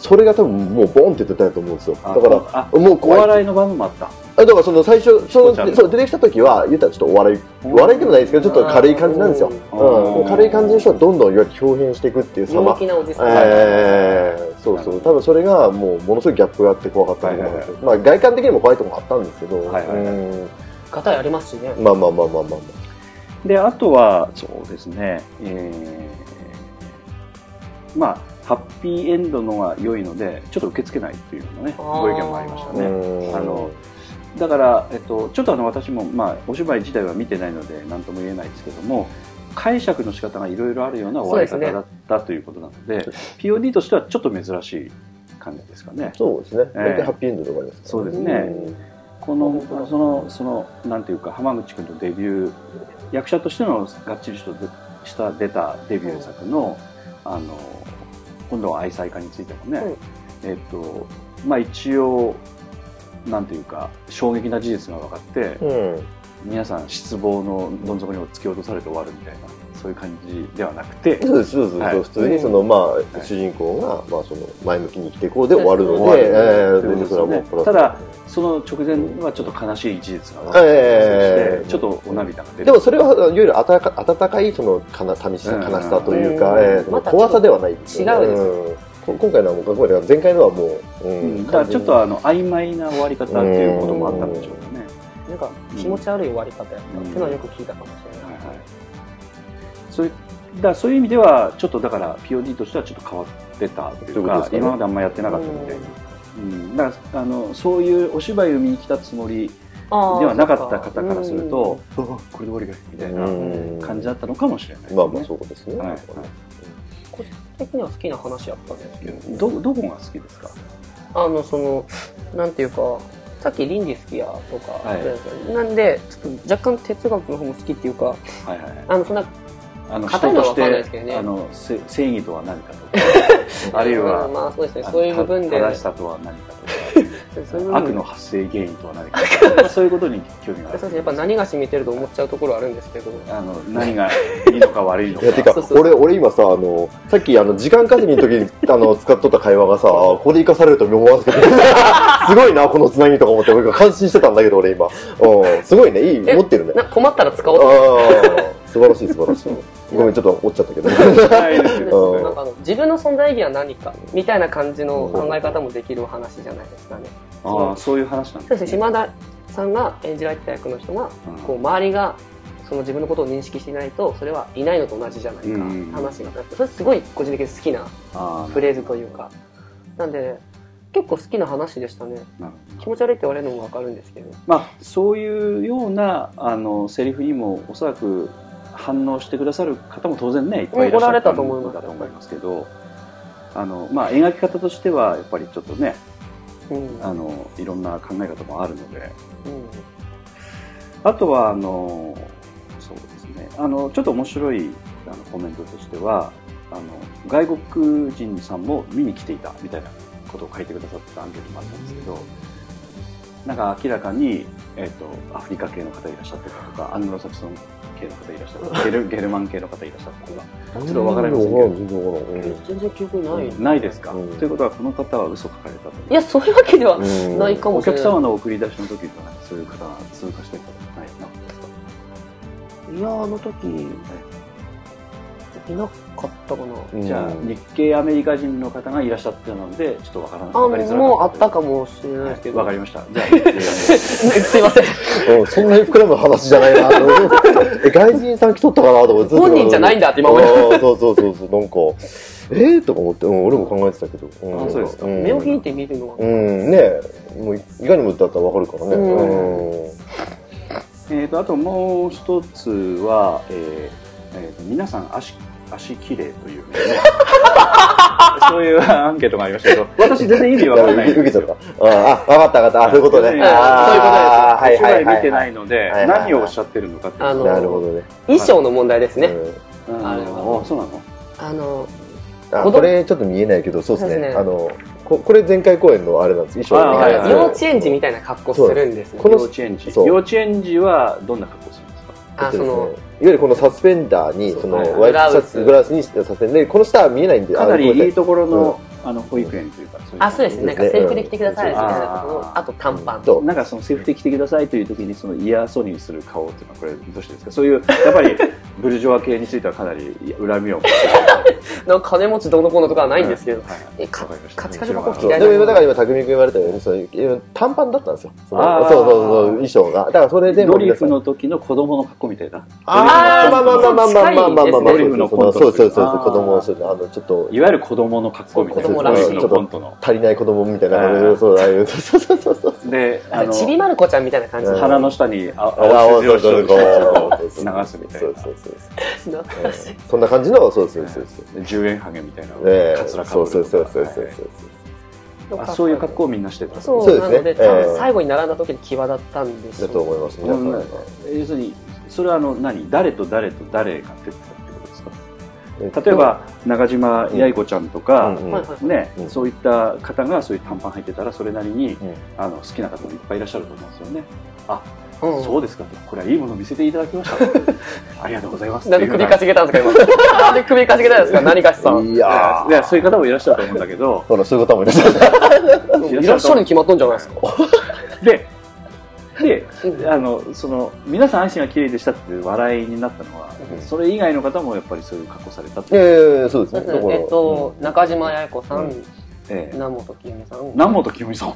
それが多分もうボンって出たと思うんですよ。だからもうお笑いの番組もあった。 だからその最初そのそう出てきた時は言ったらちょっとお笑いお笑いでもないですけどちょっと軽い感じなんですよ。うん、軽い感じの人はどんどんいわゆる表現していくっていう様。 陽気なおじさん。 ええー、そうそう。多分それがもうものすごいギャップがあって怖かったと思うんですよ。まあ外観的にも怖いところもあったんですけど。はいはいはい。 型ありますしね。 まあまあまあまあまあ。 であとはそうですね。えー、まあハッピーエンドのが良いのでちょっと受け付けないっていうのねご意見もありましたね。あのだから、えっと、ちょっとあの私も、まあ、お芝居自体は見てないので何とも言えないですけども解釈の仕方がいろいろあるような終わり方だったということなので ピーオーディー としてはちょっと珍しい感じですかね。 そうですね。大体ハッピーエンドとかありますからね。そうですね。このそのそのなんていうか浜口君のデビュー役者としてのがっちりとした出たデビュー作のあの今度は愛妻家についてもね、うん、えっとまあ一応なんていうか衝撃な事実が分かって、うん、皆さん失望のどん底に突き落とされて終わるみたいなそういう感じではなくて、 そうですそうです、はい、普通にそのまあ、はい、主人公がまあその前向きに生きていこうで終わるので、えー、それはもうただその直前はちょっと悲しい事実が分かって、えー、ちょっとお涙が出る。 でもそれはいわゆる温か温かいその寂しさ悲しさというか、えー、怖さではないですよね。違うです。 うん今回のは前回のはもう、 うん、だからちょっとあの曖昧な終わり方っていうこともあったんでしょうかね。 なんか気持ち悪い終わり方やったっていうのはよく聞いたかもしれない。はいはい。 そういうだからそういう意味ではちょっとだから ピーオーディー としてはちょっと変わってたというか、今まであんまやってなかったので、うん、だからあのそういうお芝居を見に来たつもりではなかった方からすると、これで終わりがみたいな感じだったのかもしれないですね。 まあまあそうですね。はいはい。 個人的には好きな話やったんですけど、 どどこが好きですか？ あのそのなんていうかさっき倫理好きやとか、はい、なんでちょっと若干哲学の方も好きっていうか、はいはい、あのそんなあの人としてあの正義とは何かとかあるいはまあそうですねそういう部分で正しさとは何かとか悪の発生原因とは何かとかそういうことに興味がある。 そうですねやっぱ何がしみてると思っちゃうところはあるんですけど、 あの何がいいのか悪いのか。 いやてか俺俺今さあのさっきあの時間稼ぎの時にあの使っとった会話がさここで生かされると思わずすごいなこのつなぎとか思って俺が感心してたんだけど俺今うんすごいねいい持ってるね。 困ったら使おうと思って。素晴らしい素晴らしい。ごめんちょっと落ちちゃったけど。 なんかあの自分の存在意義は何かみたいな感じの考え方もできる話じゃないですかね。 ああそういう話なんですね。 そうですね島田さんが演じられてた役の人が、うん、こう周りがその自分のことを認識しないとそれはいないのと同じじゃないか、うん、話があって、それすごい個人的に好きなフレーズというかなんで結構好きな話でしたね。気持ち悪いって言われるのも分かるんですけど、 まあ、そういうようなあのセリフにもおそらく反応してくださる方も当然ねいっぱいいらっしゃると思いますけど、あの、まあ、描き方としてはやっぱりちょっとね、うん、あのいろんな考え方もあるので、うん、あとはあのそうですねあのちょっと面白いあのコメントとしてはあの外国人さんも見に来ていたみたいなことを書いてくださったアンケートもあったんですけど、なんか明らかに、えーと、アフリカ系の方いらっしゃったりとかアングロサクソン系の方いらっしゃったりゲル、ゲルマン系の方いらっしゃったりとかちょっと分かりませんけど全然記憶ない、 うん、ないですか、うん、ということはこの方は嘘書かれたといやそういうわけではないかもしれない。 お客様の送り出しの時とかそういう方が通過したりとかないなかったですか？ いやあの時、はいいなかったかな。 じゃあ日系アメリカ人の方がいらっしゃったのでちょっとわからない。 あもうあったかもしれないですけど。 わ、はい、かりました。じゃあすいません。 そんなに膨らむ話じゃないなと思って。え外人さん来とったかなと思って。 本人じゃないんだって今思いました。そうそうそうそうなんかえーとか思って、うん、俺も考えてたけど。 うん、あそうですか。 目を引いて見るのは。 うんねもういかにもだったらわかるからね。うんえっとあともう一つは、えーえー、と皆さん足足綺麗という、ね、そういうアンケートがありましたけど、私全然意味わからない。 受けちゃった。あ、わかったわかった。そういうことね。そういうことです。 お芝居見てないので、何をおっしゃってるのかっていう。 なるほどね。 衣装の問題ですね。 あの、そうなの？ あの、 これちょっと見えないけど、そうですね。あの、これ前回公演のあれなんです。衣装。 幼稚園児みたいな格好するんですね。 幼稚園児。幼稚園児はどんな格好するんですか？ あ、その。 いわゆるこのサスペンダーにそのワイドシャツブラウスにサスペンダーでこの下は見えないんでかなりいいところのあの保育園というか、 あ、そうですね。なんか制服で着てくださいみたいなところ、あと短パンと。 なんかその制服で着てくださいという時にその嫌そうにする顔っていうのはこれどうしてですか。そういうやっぱりブルジョワ系についてはかなり恨みを持って。 なんか金持ちどうのこうのとかはないんですけど、えカチカチ箱嫌いな。でもだから今匠君言われたようにそういう短パンだったんですよ。そうそうそう衣装が。だからそれでドリフの時の子供の格好みたいな。 ああまあまあまあまあまあまあまあまあドリフのコント。 そうそうそう子供をするあのちょっといわゆる子供の格好みたいな。 子供らしいちょっと足りない子供みたいなそうああいうそうそうそうそう。 で、 あのちびまる子ちゃんみたいな感じ。 鼻の下に青筋をして流すみたいな。そうそうそうそんな感じのそうそうそうじゅうえんハゲみたいなカツラかぶる。そうそうそうそうそう。 そういう格好をみんなしてた。 そうなので多分最後に並んだ時に際立ったんですだと思いますね。 要するにそれはあの何誰と誰と誰が出てたってことですか。例えば中島八重子ちゃんとかねそういった方がそういう短パン履いてたらそれなりにあの好きな方もいっぱいいらっしゃると思うんですよね。あ、そうですかと。これはいいものを見せていただきました。ありがとうございます。 なんで首かしげたんですか今。なんで首かしげたんですか何かしさん。 いやー、そういう方もいらっしゃると思うんだけど。 そういう方もいらっしゃる。 いらっしゃるに決まっとんじゃないですか。 で、で、あのその皆さん足が綺麗でしたって笑いになったのは、それ以外の方もやっぱりそういう格好されたって。 ええそうですね。 えっと中島八重子さん、南本清美さん。 南本清美さん。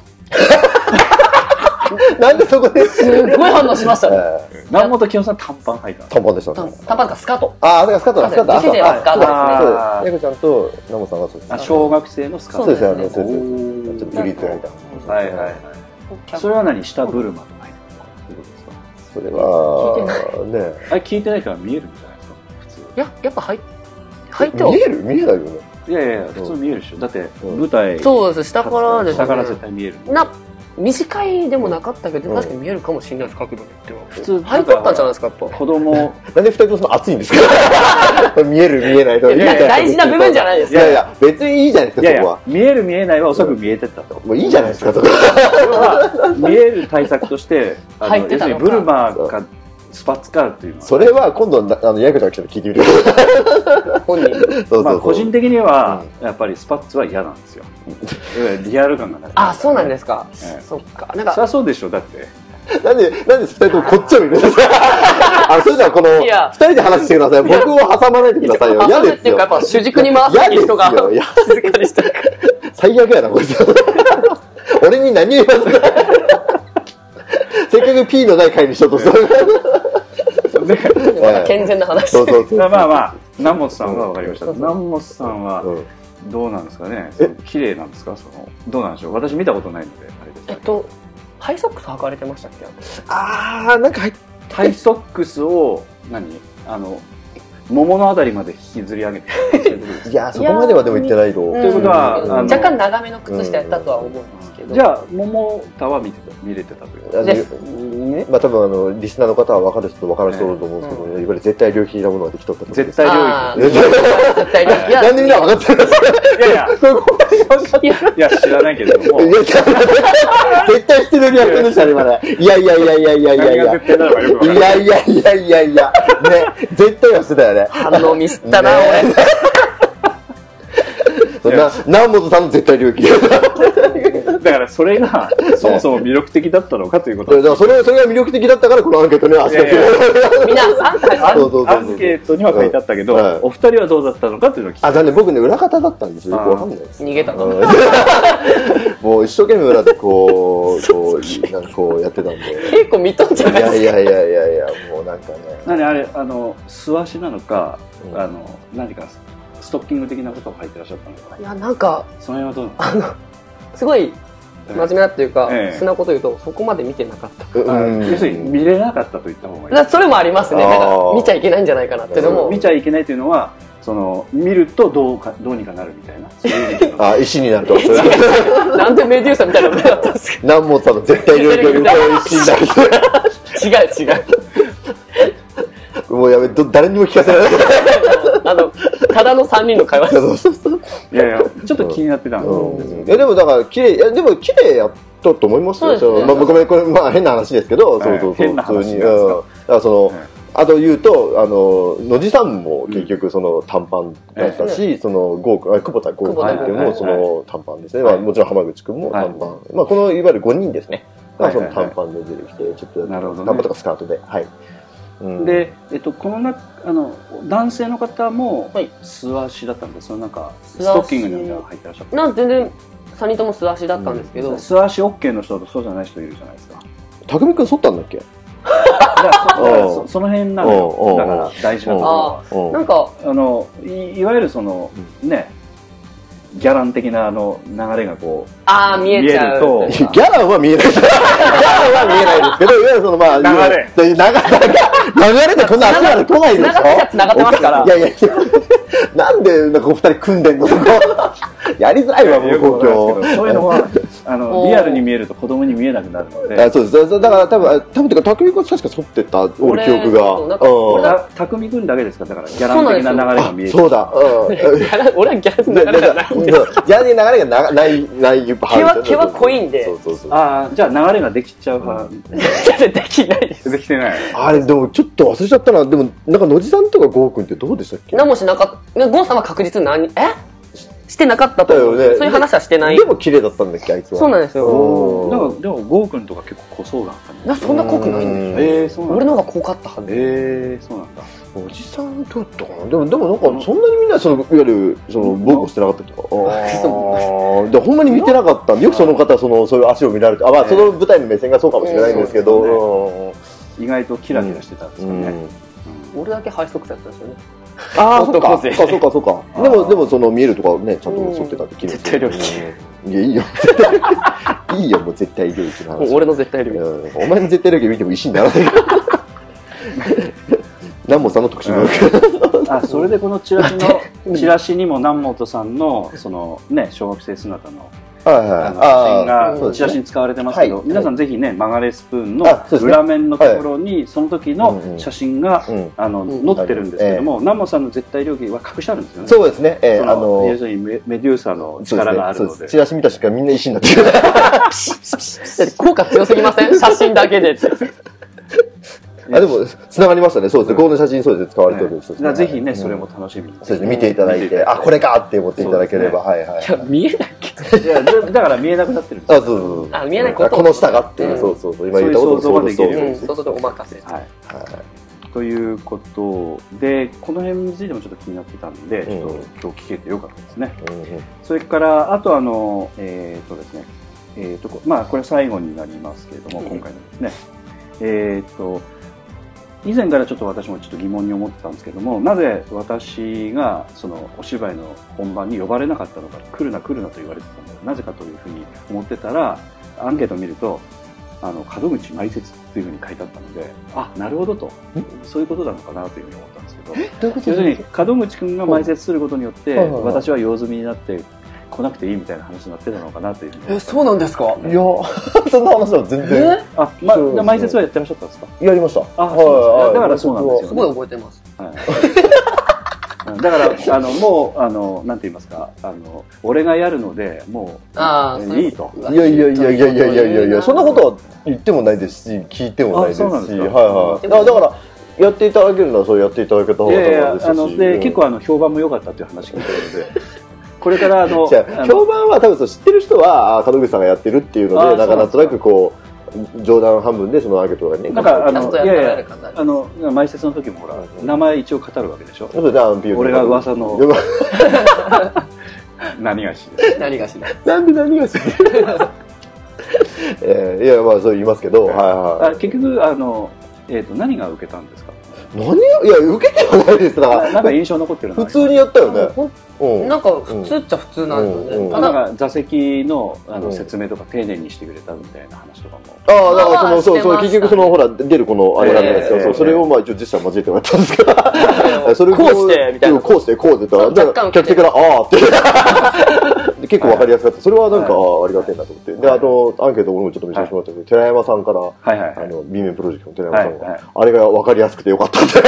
なんでそこですごい反応しましたね。 南本清美さん短パン履いた。 短パンでした。 短パンかスカート。 ああ、だからスカートだスカート。 先生はスカートですね。 八重子ちゃんと南本さんがそうです。 あ、小学生のスカート。 そうですね。そうです。ちょっとブリーズ焼いた。 はいはいはい。それは何下ブルマとかそれはね。 あれ聞いてないから見えるんじゃないですか普通。 いややっぱ入入っては見える見えないよね。 いやいや普通見えるでしょ。だって舞台そうです下からですね。 下から絶対見える。 な短いでもなかったけど確かに見えるかもしれないです角度によっては。普通入っとったんじゃないですかやっぱ。 子供なんで二人ともその熱いんですか。見える見えないと。 大事な部分じゃないですか。 いやいや別にいいじゃないですかそこは。 見える見えないはおそらく見えてたと。 もういいじゃないですかそこは。見える対策として入ってたのか。 ブルマかスパッツかっていうのは。 それは今度あのヤクちゃん来たら聞いてみて。 本人。 そうそう個人的にはやっぱりスパッツは嫌なんですよ。リアル感がない。 あ、そうなんですか。そっか。なんか。 そりゃそうでしょだって。 なんでなんで二人ともこっちを見るんですか。あ、それではこの二人で話してください。僕を挟まないでくださいよ。嫌ですよ。 やっぱ主軸に回す人が静かにしてる。 最悪やなこいつ。俺に何を言わせない。せっかく P のない回にしようとした。 健全な話。 そうそうそう。まあまあ南本さんはわかりました。南本さんはどうなんですかね。綺麗なんですかそのどうなんでしょう。私見たことないのであれです。 えっとハイソックス履かれてましたっけ。 ああなんかハイソックスを何あの桃のあたりまで引きずり上げて。 いやそこまではでも言ってないと。 ということは若干長めの靴下やったとは思うんですけど。 じゃあ桃田は見てた見れてたということですね。まあ多分あのリスナーの方は分かる人と分からない人いると思うんですけど、いわゆる絶対領域なものができとったと。 絶対領域。 絶対領域。 なんでみんな分かってるんですか。 いやいやいや知らないけども。 絶対知ってるリアクションでしたね今ね。いやいやいやいやいやいやいや。いやいやいやいやいやね絶対はしてたよね。 反応ミスったな俺。な南本さんの絶対領域。 だからそれがそもそも魅力的だったのかということだからそれそれが魅力的だったからこのアンケートにはしてみんなアンケートには書いてあったけどお二人はどうだったのかというのを聞きたい。 あ残念僕ね裏方だったんですよ。よくわかんないです。 逃げたの。 もう一生懸命裏でこうこうなんかこうやってたんで結構見とんじゃないですか。 いやいやいやいやいやもうなんかね何あれあの素足なのかあの何かストッキング的なことを書いてらっしゃったのか。 いやなんかその辺はどうあのすごい真面目なっていうか、素なこと言うとそこまで見てなかった。 要するに見れなかったと言った方がいい。 それもありますね。なんか見ちゃいけないんじゃないかなっていうのも。 見ちゃいけないというのはその見るとどうかどうにかなるみたいな。 あ石になると。 なんでメデューサみたいなことだったんですか。 南本さんの絶対領域を言うと石になる。 違う違う。もうやめ誰にも聞かせない。 あのただの三人の会話です。 いやいやちょっっと気になってたんですよ。 いやでもだから綺麗いやでも綺麗やったと思いますよ。まあごめんこれまあ変な話ですけど、そうそうそう普通に。だからそのあと言うと、あの、野地さんも結局その短パンだったし、うん、その、ゴー君、久保田ゴー君もその短パンですね。はい、まあ、もちろん浜口君も短パン。はい、まあ、このいわゆるごにんですね。がその短パンで出てきて、ちょっと、なるほどね、短パンとかスカートで。はい。 うん、で、えっと、このな、あの、男性の方も、素足だったんで、そのなんか、ストッキングのような入ってらっしゃった。 なん全然、さんにんとも素足だったんですけど。うん、 素足 OK の人とそうじゃない人いるじゃないですか。 匠君剃ったんだっけそ, その辺なのよ。だから大事なところは。なんか、あの、い, いわゆるその、ね、ギャラン的なあの流れがこう、 ああ、見えちゃう。 ギャランは見えない。ギャランは見えないですけど、いわゆるそのまあ、流れ。流れ、流れでこんな足まで来ないでしょ。 繋がってますから。 いやいや、なんでなんかお二人組んでんのやりづらいわ、もう公共。 そういうのは、あの、リアルに見えると子供に見えなくなるので。 あ、そうです。だから多分、多分てか、匠君確か剃ってた、俺記憶が。 匠君だけですか、だから、ギャラン的な流れが見える。 そうだ。 俺はギャランの流れがない。 ギャランの流れがない、ない毛は、毛は濃いんで。そうそうそう。ああ、じゃあ流れができちゃう派。 できないです。 できてない。 あれ、でもちょっと忘れちゃったな。でも、なんか野地さんとかゴー君ってどうでしたっけ？ 何もしなかった。ゴーさんは確実に何、えしてなかったと思う。そういう話はしてない。 でも綺麗だったんだっけ、あいつは。 そうなんですよ。 でも、でも、ゴー君とか結構濃そうだったね。そんな濃くないんですよ。ええ、そうなんだ。俺の方が濃かったはず。 ええ、そうなんだ。 おじさんどうやったかな。でも、でもなんか、そんなにみんな、その、いわゆる、その、防護してなかったとか。ああ。で、ほんまに見てなかったんで、よくその方、その、そういう足を見られて、あ、まあ、その舞台の目線がそうかもしれないんですけど、 意外とキラキラしてたんですよね。 俺だけハイソックスやったんですよね。 ああ、そっか、そうか、そうか、そうか。でも、でも、その、見えるとかね、ちゃんと沿ってたって、 絶対領域。 いや、いいよ。いいよ、もう絶対領域の話。 俺の絶対領域。 お前の絶対領域見ても石にならないから。南本さんの特殊能力。あ、それでこのチラシの、チラシにも南本さんの、その、ね、小学生姿の、写真がチラシに使われてますけど、皆さんぜひね、曲がれスプーンの裏面のところにその時の写真があの載ってるんですけども、南本さんの絶対領域は隠してあるんですよね。 そうですね。あの要するにメデューサの力があるので。 チラシ見た瞬間みんな石になってる。 効果強すぎません？写真だけで。 あ、でも、繋がりましたね。そうですね。この写真、そうですね。使われてるんですね。ぜひね、それも楽しみに。 そうですね。見ていただいて、あ、これかって思っていただければ、はいはい。 いや、見えないけど。 いや、だから見えなくなってるんですよ。あ、そうそう。 あ、見えないこと。 この下がっていう、そうそうそう。今言ったことを想像できるように。 そうそう、お任せ。はい。 ということで、この辺についてもちょっと気になってたんで、ちょっと今日聞けてよかったですね。それから、あとあの、えっとですね、えっと、まあ、これ最後になりますけれども、今回のですね、えっと、以前からちょっと私もちょっと疑問に思ってたんですけども、なぜ私がそのお芝居の本番に呼ばれなかったのか、来るな来るなと言われてたので、なぜかというふうに思ってたら、アンケートを見ると、あの、門口埋設というふうに書いてあったので、あ、なるほどと、そういうことなのかなというふうに思ったんですけど、 どういうこと？ 要するに門口くんが埋設することによって、私は用済みになって、来なくていいみたいな話になってたのかなというふうに。 え、そうなんですか？ いや、そんな話は全然。 あ、ま、埋設はやってらっしゃったんですか？ やりました。 あ、そうです。だからそうなんですよ。 すごい覚えてます。 だから、あの、もう、あの、なんて言いますか、あの、俺がやるので、もう、いいと。 いやいやいやいやいやいやいやいや、そんなことは言ってもないですし、聞いてもないですし、はいはい。だから、やっていただけるのはそうやっていただけた方がですし。 あの、で、結構あの、評判も良かったっていう話聞いてるので、これからあの、 評判は多分そう知ってる人は、門口さんがやってるっていうので、なんかなんとなくこう、冗談半分でそのアンケートがね。 なんかあの、いやいや、あの、埋設の時もほら、名前一応語るわけでしょ。俺が噂の。何がし何がしなんで何がしえー、いや、まあそう言いますけど、はいはい。 結局、あの、えっと、何が受けたんですか？ 何がいや、受けてはないです。だから。 なんか印象残ってるの普通にやったよね。 なんか普通っちゃ普通なんですよね。 なんか座席のあの説明とか丁寧にしてくれたみたいな話とかも。 ああ、だからその、そう、そう、結局その、ほら、出るこの、あれなんじゃないですか。そう、それをまあ一応実際交えてもらったんですけど。それをこうして、みたいな。 こうして、こうでと。だから、客席から、ああって。結構わかりやすかった。それはなんか、ありがたいなと思って。で、あと、アンケート俺もちょっと見せてもらったけど、寺山さんから、あの、B 面プロジェクトの寺山さんが、あれがわかりやすくてよかったって。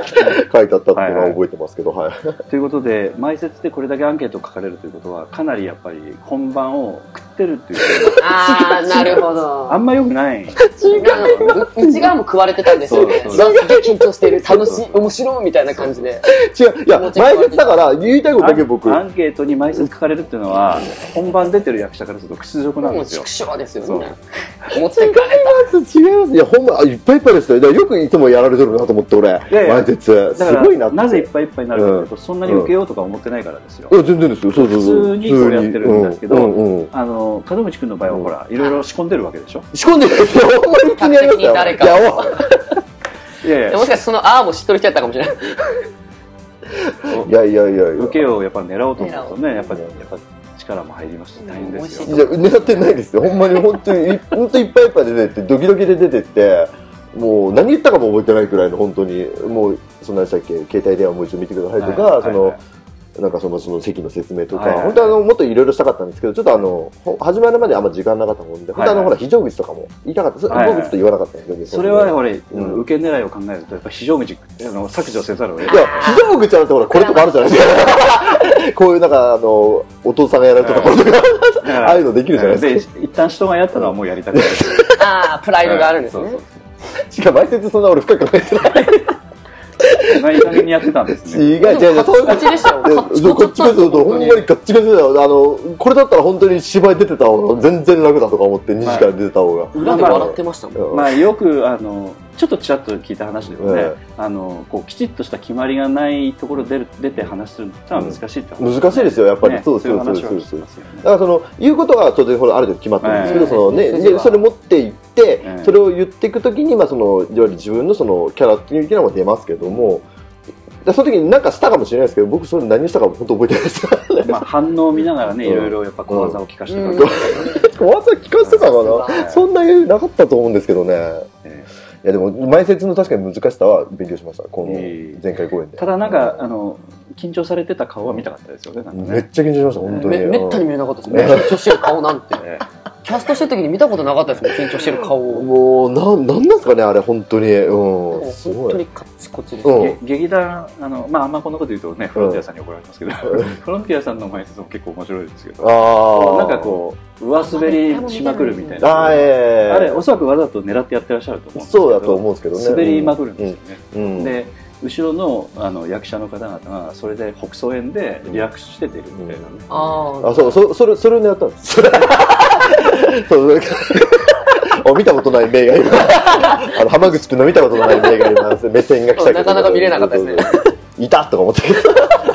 書いてあったっていうのは覚えてますけど、はい。 ということで、前説でこれだけアンケートを書かれるということは、かなりやっぱり本番を食ってるっていうああ、なるほど。 あんま良くない。 内側も食われてたんですよね。すげえ緊張してる、楽しい、面白いみたいな感じで。 違う、いや、前説だから言いたいことだけ僕。 アンケートに前説書かれるっていうのは、本番出てる役者からすると屈辱なんですよ。 もう畜生ですよね。思ってかれた。違います、違います。いや、ほんま、いっぱいいっぱいですよ。よくいつもやられてるなと思って、俺。前説。すごいなって。 なぜいっぱいいっぱいになるかというと、そんなに受けようとか思ってないからですよ。 いや、全然ですよ。そうそうそう。 普通にこうやってるんですけど、あの、門口くんの場合はほら、いろいろ仕込んでるわけでしょ。 仕込んでるんですよ。ほんまに普通にやりましたよ。 誰か。いやいや。もしかしてそのあーも知っとる人やったかもしれない。 いやいやいやいや。 受けをやっぱ狙おうと思うとね、やっぱり、やっぱ力も入りますし、大変ですよ。 いや、狙ってないですよ。ほんまに本当に、本当にいっぱいいっぱい出てって、ドキドキで出てって、もう何言ったかも覚えてないくらいの本当に、もう、そんなでしたっけ、携帯電話もう一度見てくださいとか、その、なんかその、その席の説明とか、本当はあの、もっといろいろしたかったんですけど、ちょっとあの、始まるまであんま時間なかったもんで、本当はあの、ほら、非常口とかも言いたかった。僕ちょっと言わなかったんですけど、 それは俺、受け狙いを考えると、やっぱ非常口、あの、削除せざるを得ない。 いや、非常口あるってほら、これとかあるじゃないですか。こういうなんか、あの、お父さんがやられたところとか、ああいうのできるじゃないですか。 一旦人がやったのはもうやりたくない。 ああ、プライドがあるんですね。 しかも前説そんな俺深く考えてない。 いい加減にやってたんですね。 違う違う違う。 こっちでしたよ。 こっちですよ。ほんまにガッチガチだよ。あの、これだったら本当に芝居出てた方が全然楽だとか思ってにじかん出てた方が。 裏で笑ってましたもん。 まあよく、あの、ちょっとちらっと聞いた話でもね、あの、こう、きちっとした決まりがないところで出て話するのは難しいって話。 難しいですよ、やっぱり。そうそうそうそう。だからその、言うことは当然ほら、ある程度決まってるんですけど、そのね、それ持っていって、それを言っていくときに、まあその、いわゆる自分のその、キャラっていうのも出ますけども、その時に何かしたかもしれないですけど、僕それ何したか本当覚えてないです。 まあ反応を見ながらね、いろいろやっぱ小技を聞かせてた。 小技聞かせてたかなそんなになかったと思うんですけどね。いやでも、前説の確かに難しさは勉強しました。この前回公演で。 ただなんか、あの、緊張されてた顔は見たかったですよね。 めっちゃ緊張しました、本当に。 めったに見れなかったですね。緊張してる顔なんて。キャストしてる時に見たことなかったですね、緊張してる顔を。 もう、なん、なんなんですかね、あれ、本当に。うん。 本当にカッチコチです。 劇団、あの、まあ、あんまこんなこと言うとね、フロンティアさんに怒られますけど、フロンティアさんの前説も結構面白いですけど、なんかこう、上滑りしまくるみたいな。あれ、おそらくわざと狙ってやってらっしゃると思うんですけど。 そうだと思うんですけどね。 滑りまくるんですよね。で、後ろのあの役者の方々がそれで北総園でリラックスして出るみたいなね。 ああ、そう、そ、それ、それを狙ったんです。そう、お見たことない目が今、あの、浜口くんの見たことない目が今、目線が来たけど。 なかなか見れなかったですね。 いたとか思ったけど。うん。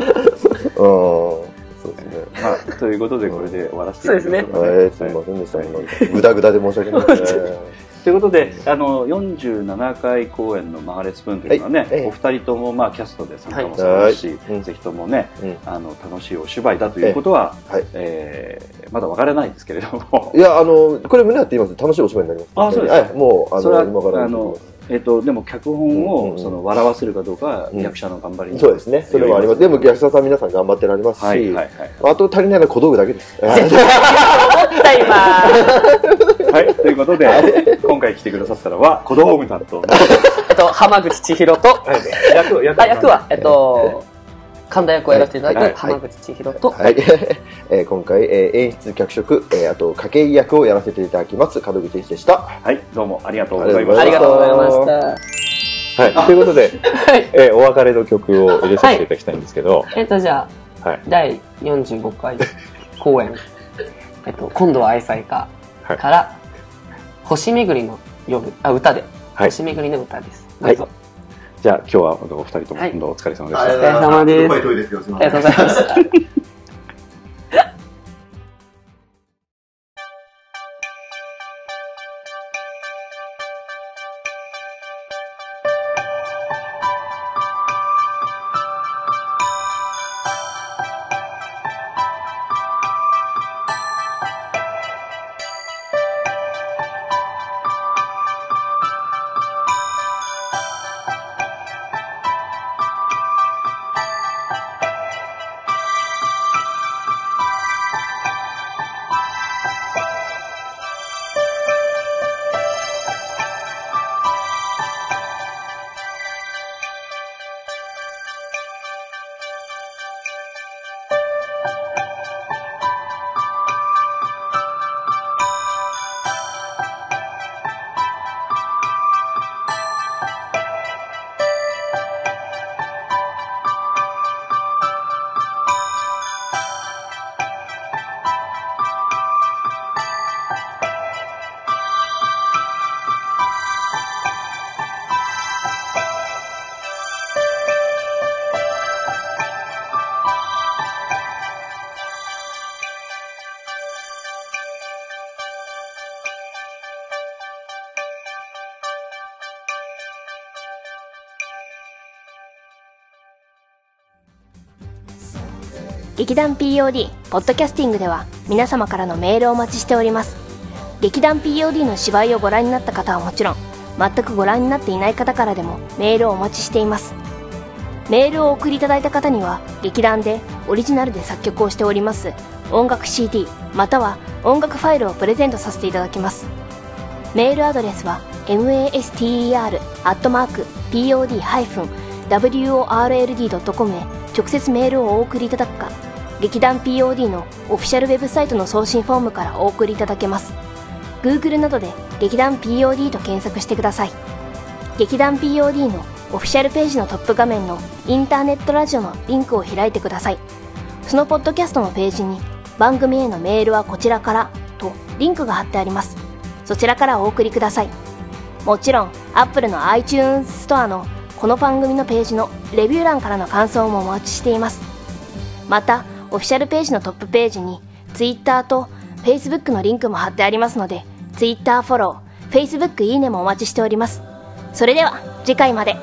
そうですね。 まあ、ということで、これで終わらせていただきます。 そうですね。 えー、すみませんでした。ぐだぐだで申し訳ないですね。 ということで、あの、よんじゅうななかい公演のマハレスプーンというのはね、はい、お二人とも、まあ、キャストで参加もされますし、はい、ぜひともね、うん、あの、楽しいお芝居だということは、はい、えー、まだわからないですけれども。 いや、あの、これ胸張って言います。楽しいお芝居になります。 あ、そうですはい、もう、あの、今から。 あの、えっと、でも脚本をその笑わせるかどうかは役者の頑張りに、 うん、そうですね。それもあります。でも役者さん皆さん頑張ってられますし、はいはいはい、あと足りないのは小道具だけです。 思った今。 はい、ということで、はい、今回来てくださったのは小道具担当。 えっと、浜口千尋と、はい、役、役、あ、役は、えっと、神田役をやらせていただいて、浜口千尋と、 はい、えー、今回、えー、演出、脚色、えー、あと、筧役をやらせていただきます、門口演出でした。 はい、どうもありがとうございました。 ありがとうございました。 はい、ということで、はい、えー、お別れの曲を入れさせていただきたいんですけど、はい、 えっと、じゃあ、はい、だいよんじゅうごかい公演、えっと、今度は愛妻家から、はい、星めぐりの夜、あ、歌で、はい、星めぐりの歌です。 はい。じゃあ今日はお二人とも今度お疲れ様でした。 お疲れ様です。ありがとうございました。 劇団 ピーオーディー ポッドキャスティングでは皆様からのメールをお待ちしております。劇団 ピーオーディー の芝居をご覧になった方はもちろん、全くご覧になっていない方からでもメールをお待ちしています。メールをお送りいただいた方には劇団でオリジナルで作曲をしております音楽 シーディー または音楽ファイルをプレゼントさせていただきます。メールアドレスは マスター アットマーク ピーオーディー ダブリューオーアールエルディー ドットコム へ直接メールをお送りいただくか、劇団 ピーオーディー のオフィシャルウェブサイトの送信フォームからお送りいただけます。 Google などで劇団 ピーオーディー と検索してください。劇団 ピーオーディー のオフィシャルページのトップ画面のインターネットラジオのリンクを開いてください。そのポッドキャストのページに番組へのメールはこちらからとリンクが貼ってあります。そちらからお送りください。もちろん Apple の iTunes ストアのこの番組のページのレビュー欄からの感想もお待ちしています。またオフィシャルページのトップページに Twitter と Facebook のリンクも貼ってありますので、 Twitter フォロー、 Facebook いいねもお待ちしております。それでは次回まで。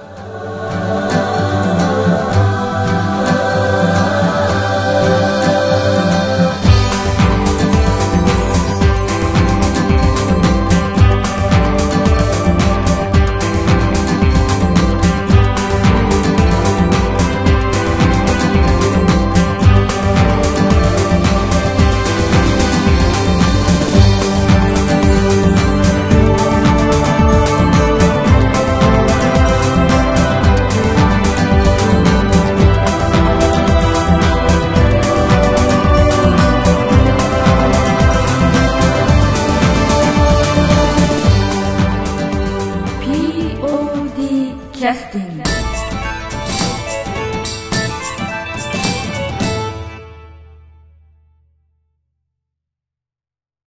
ピーオーディー キャスティング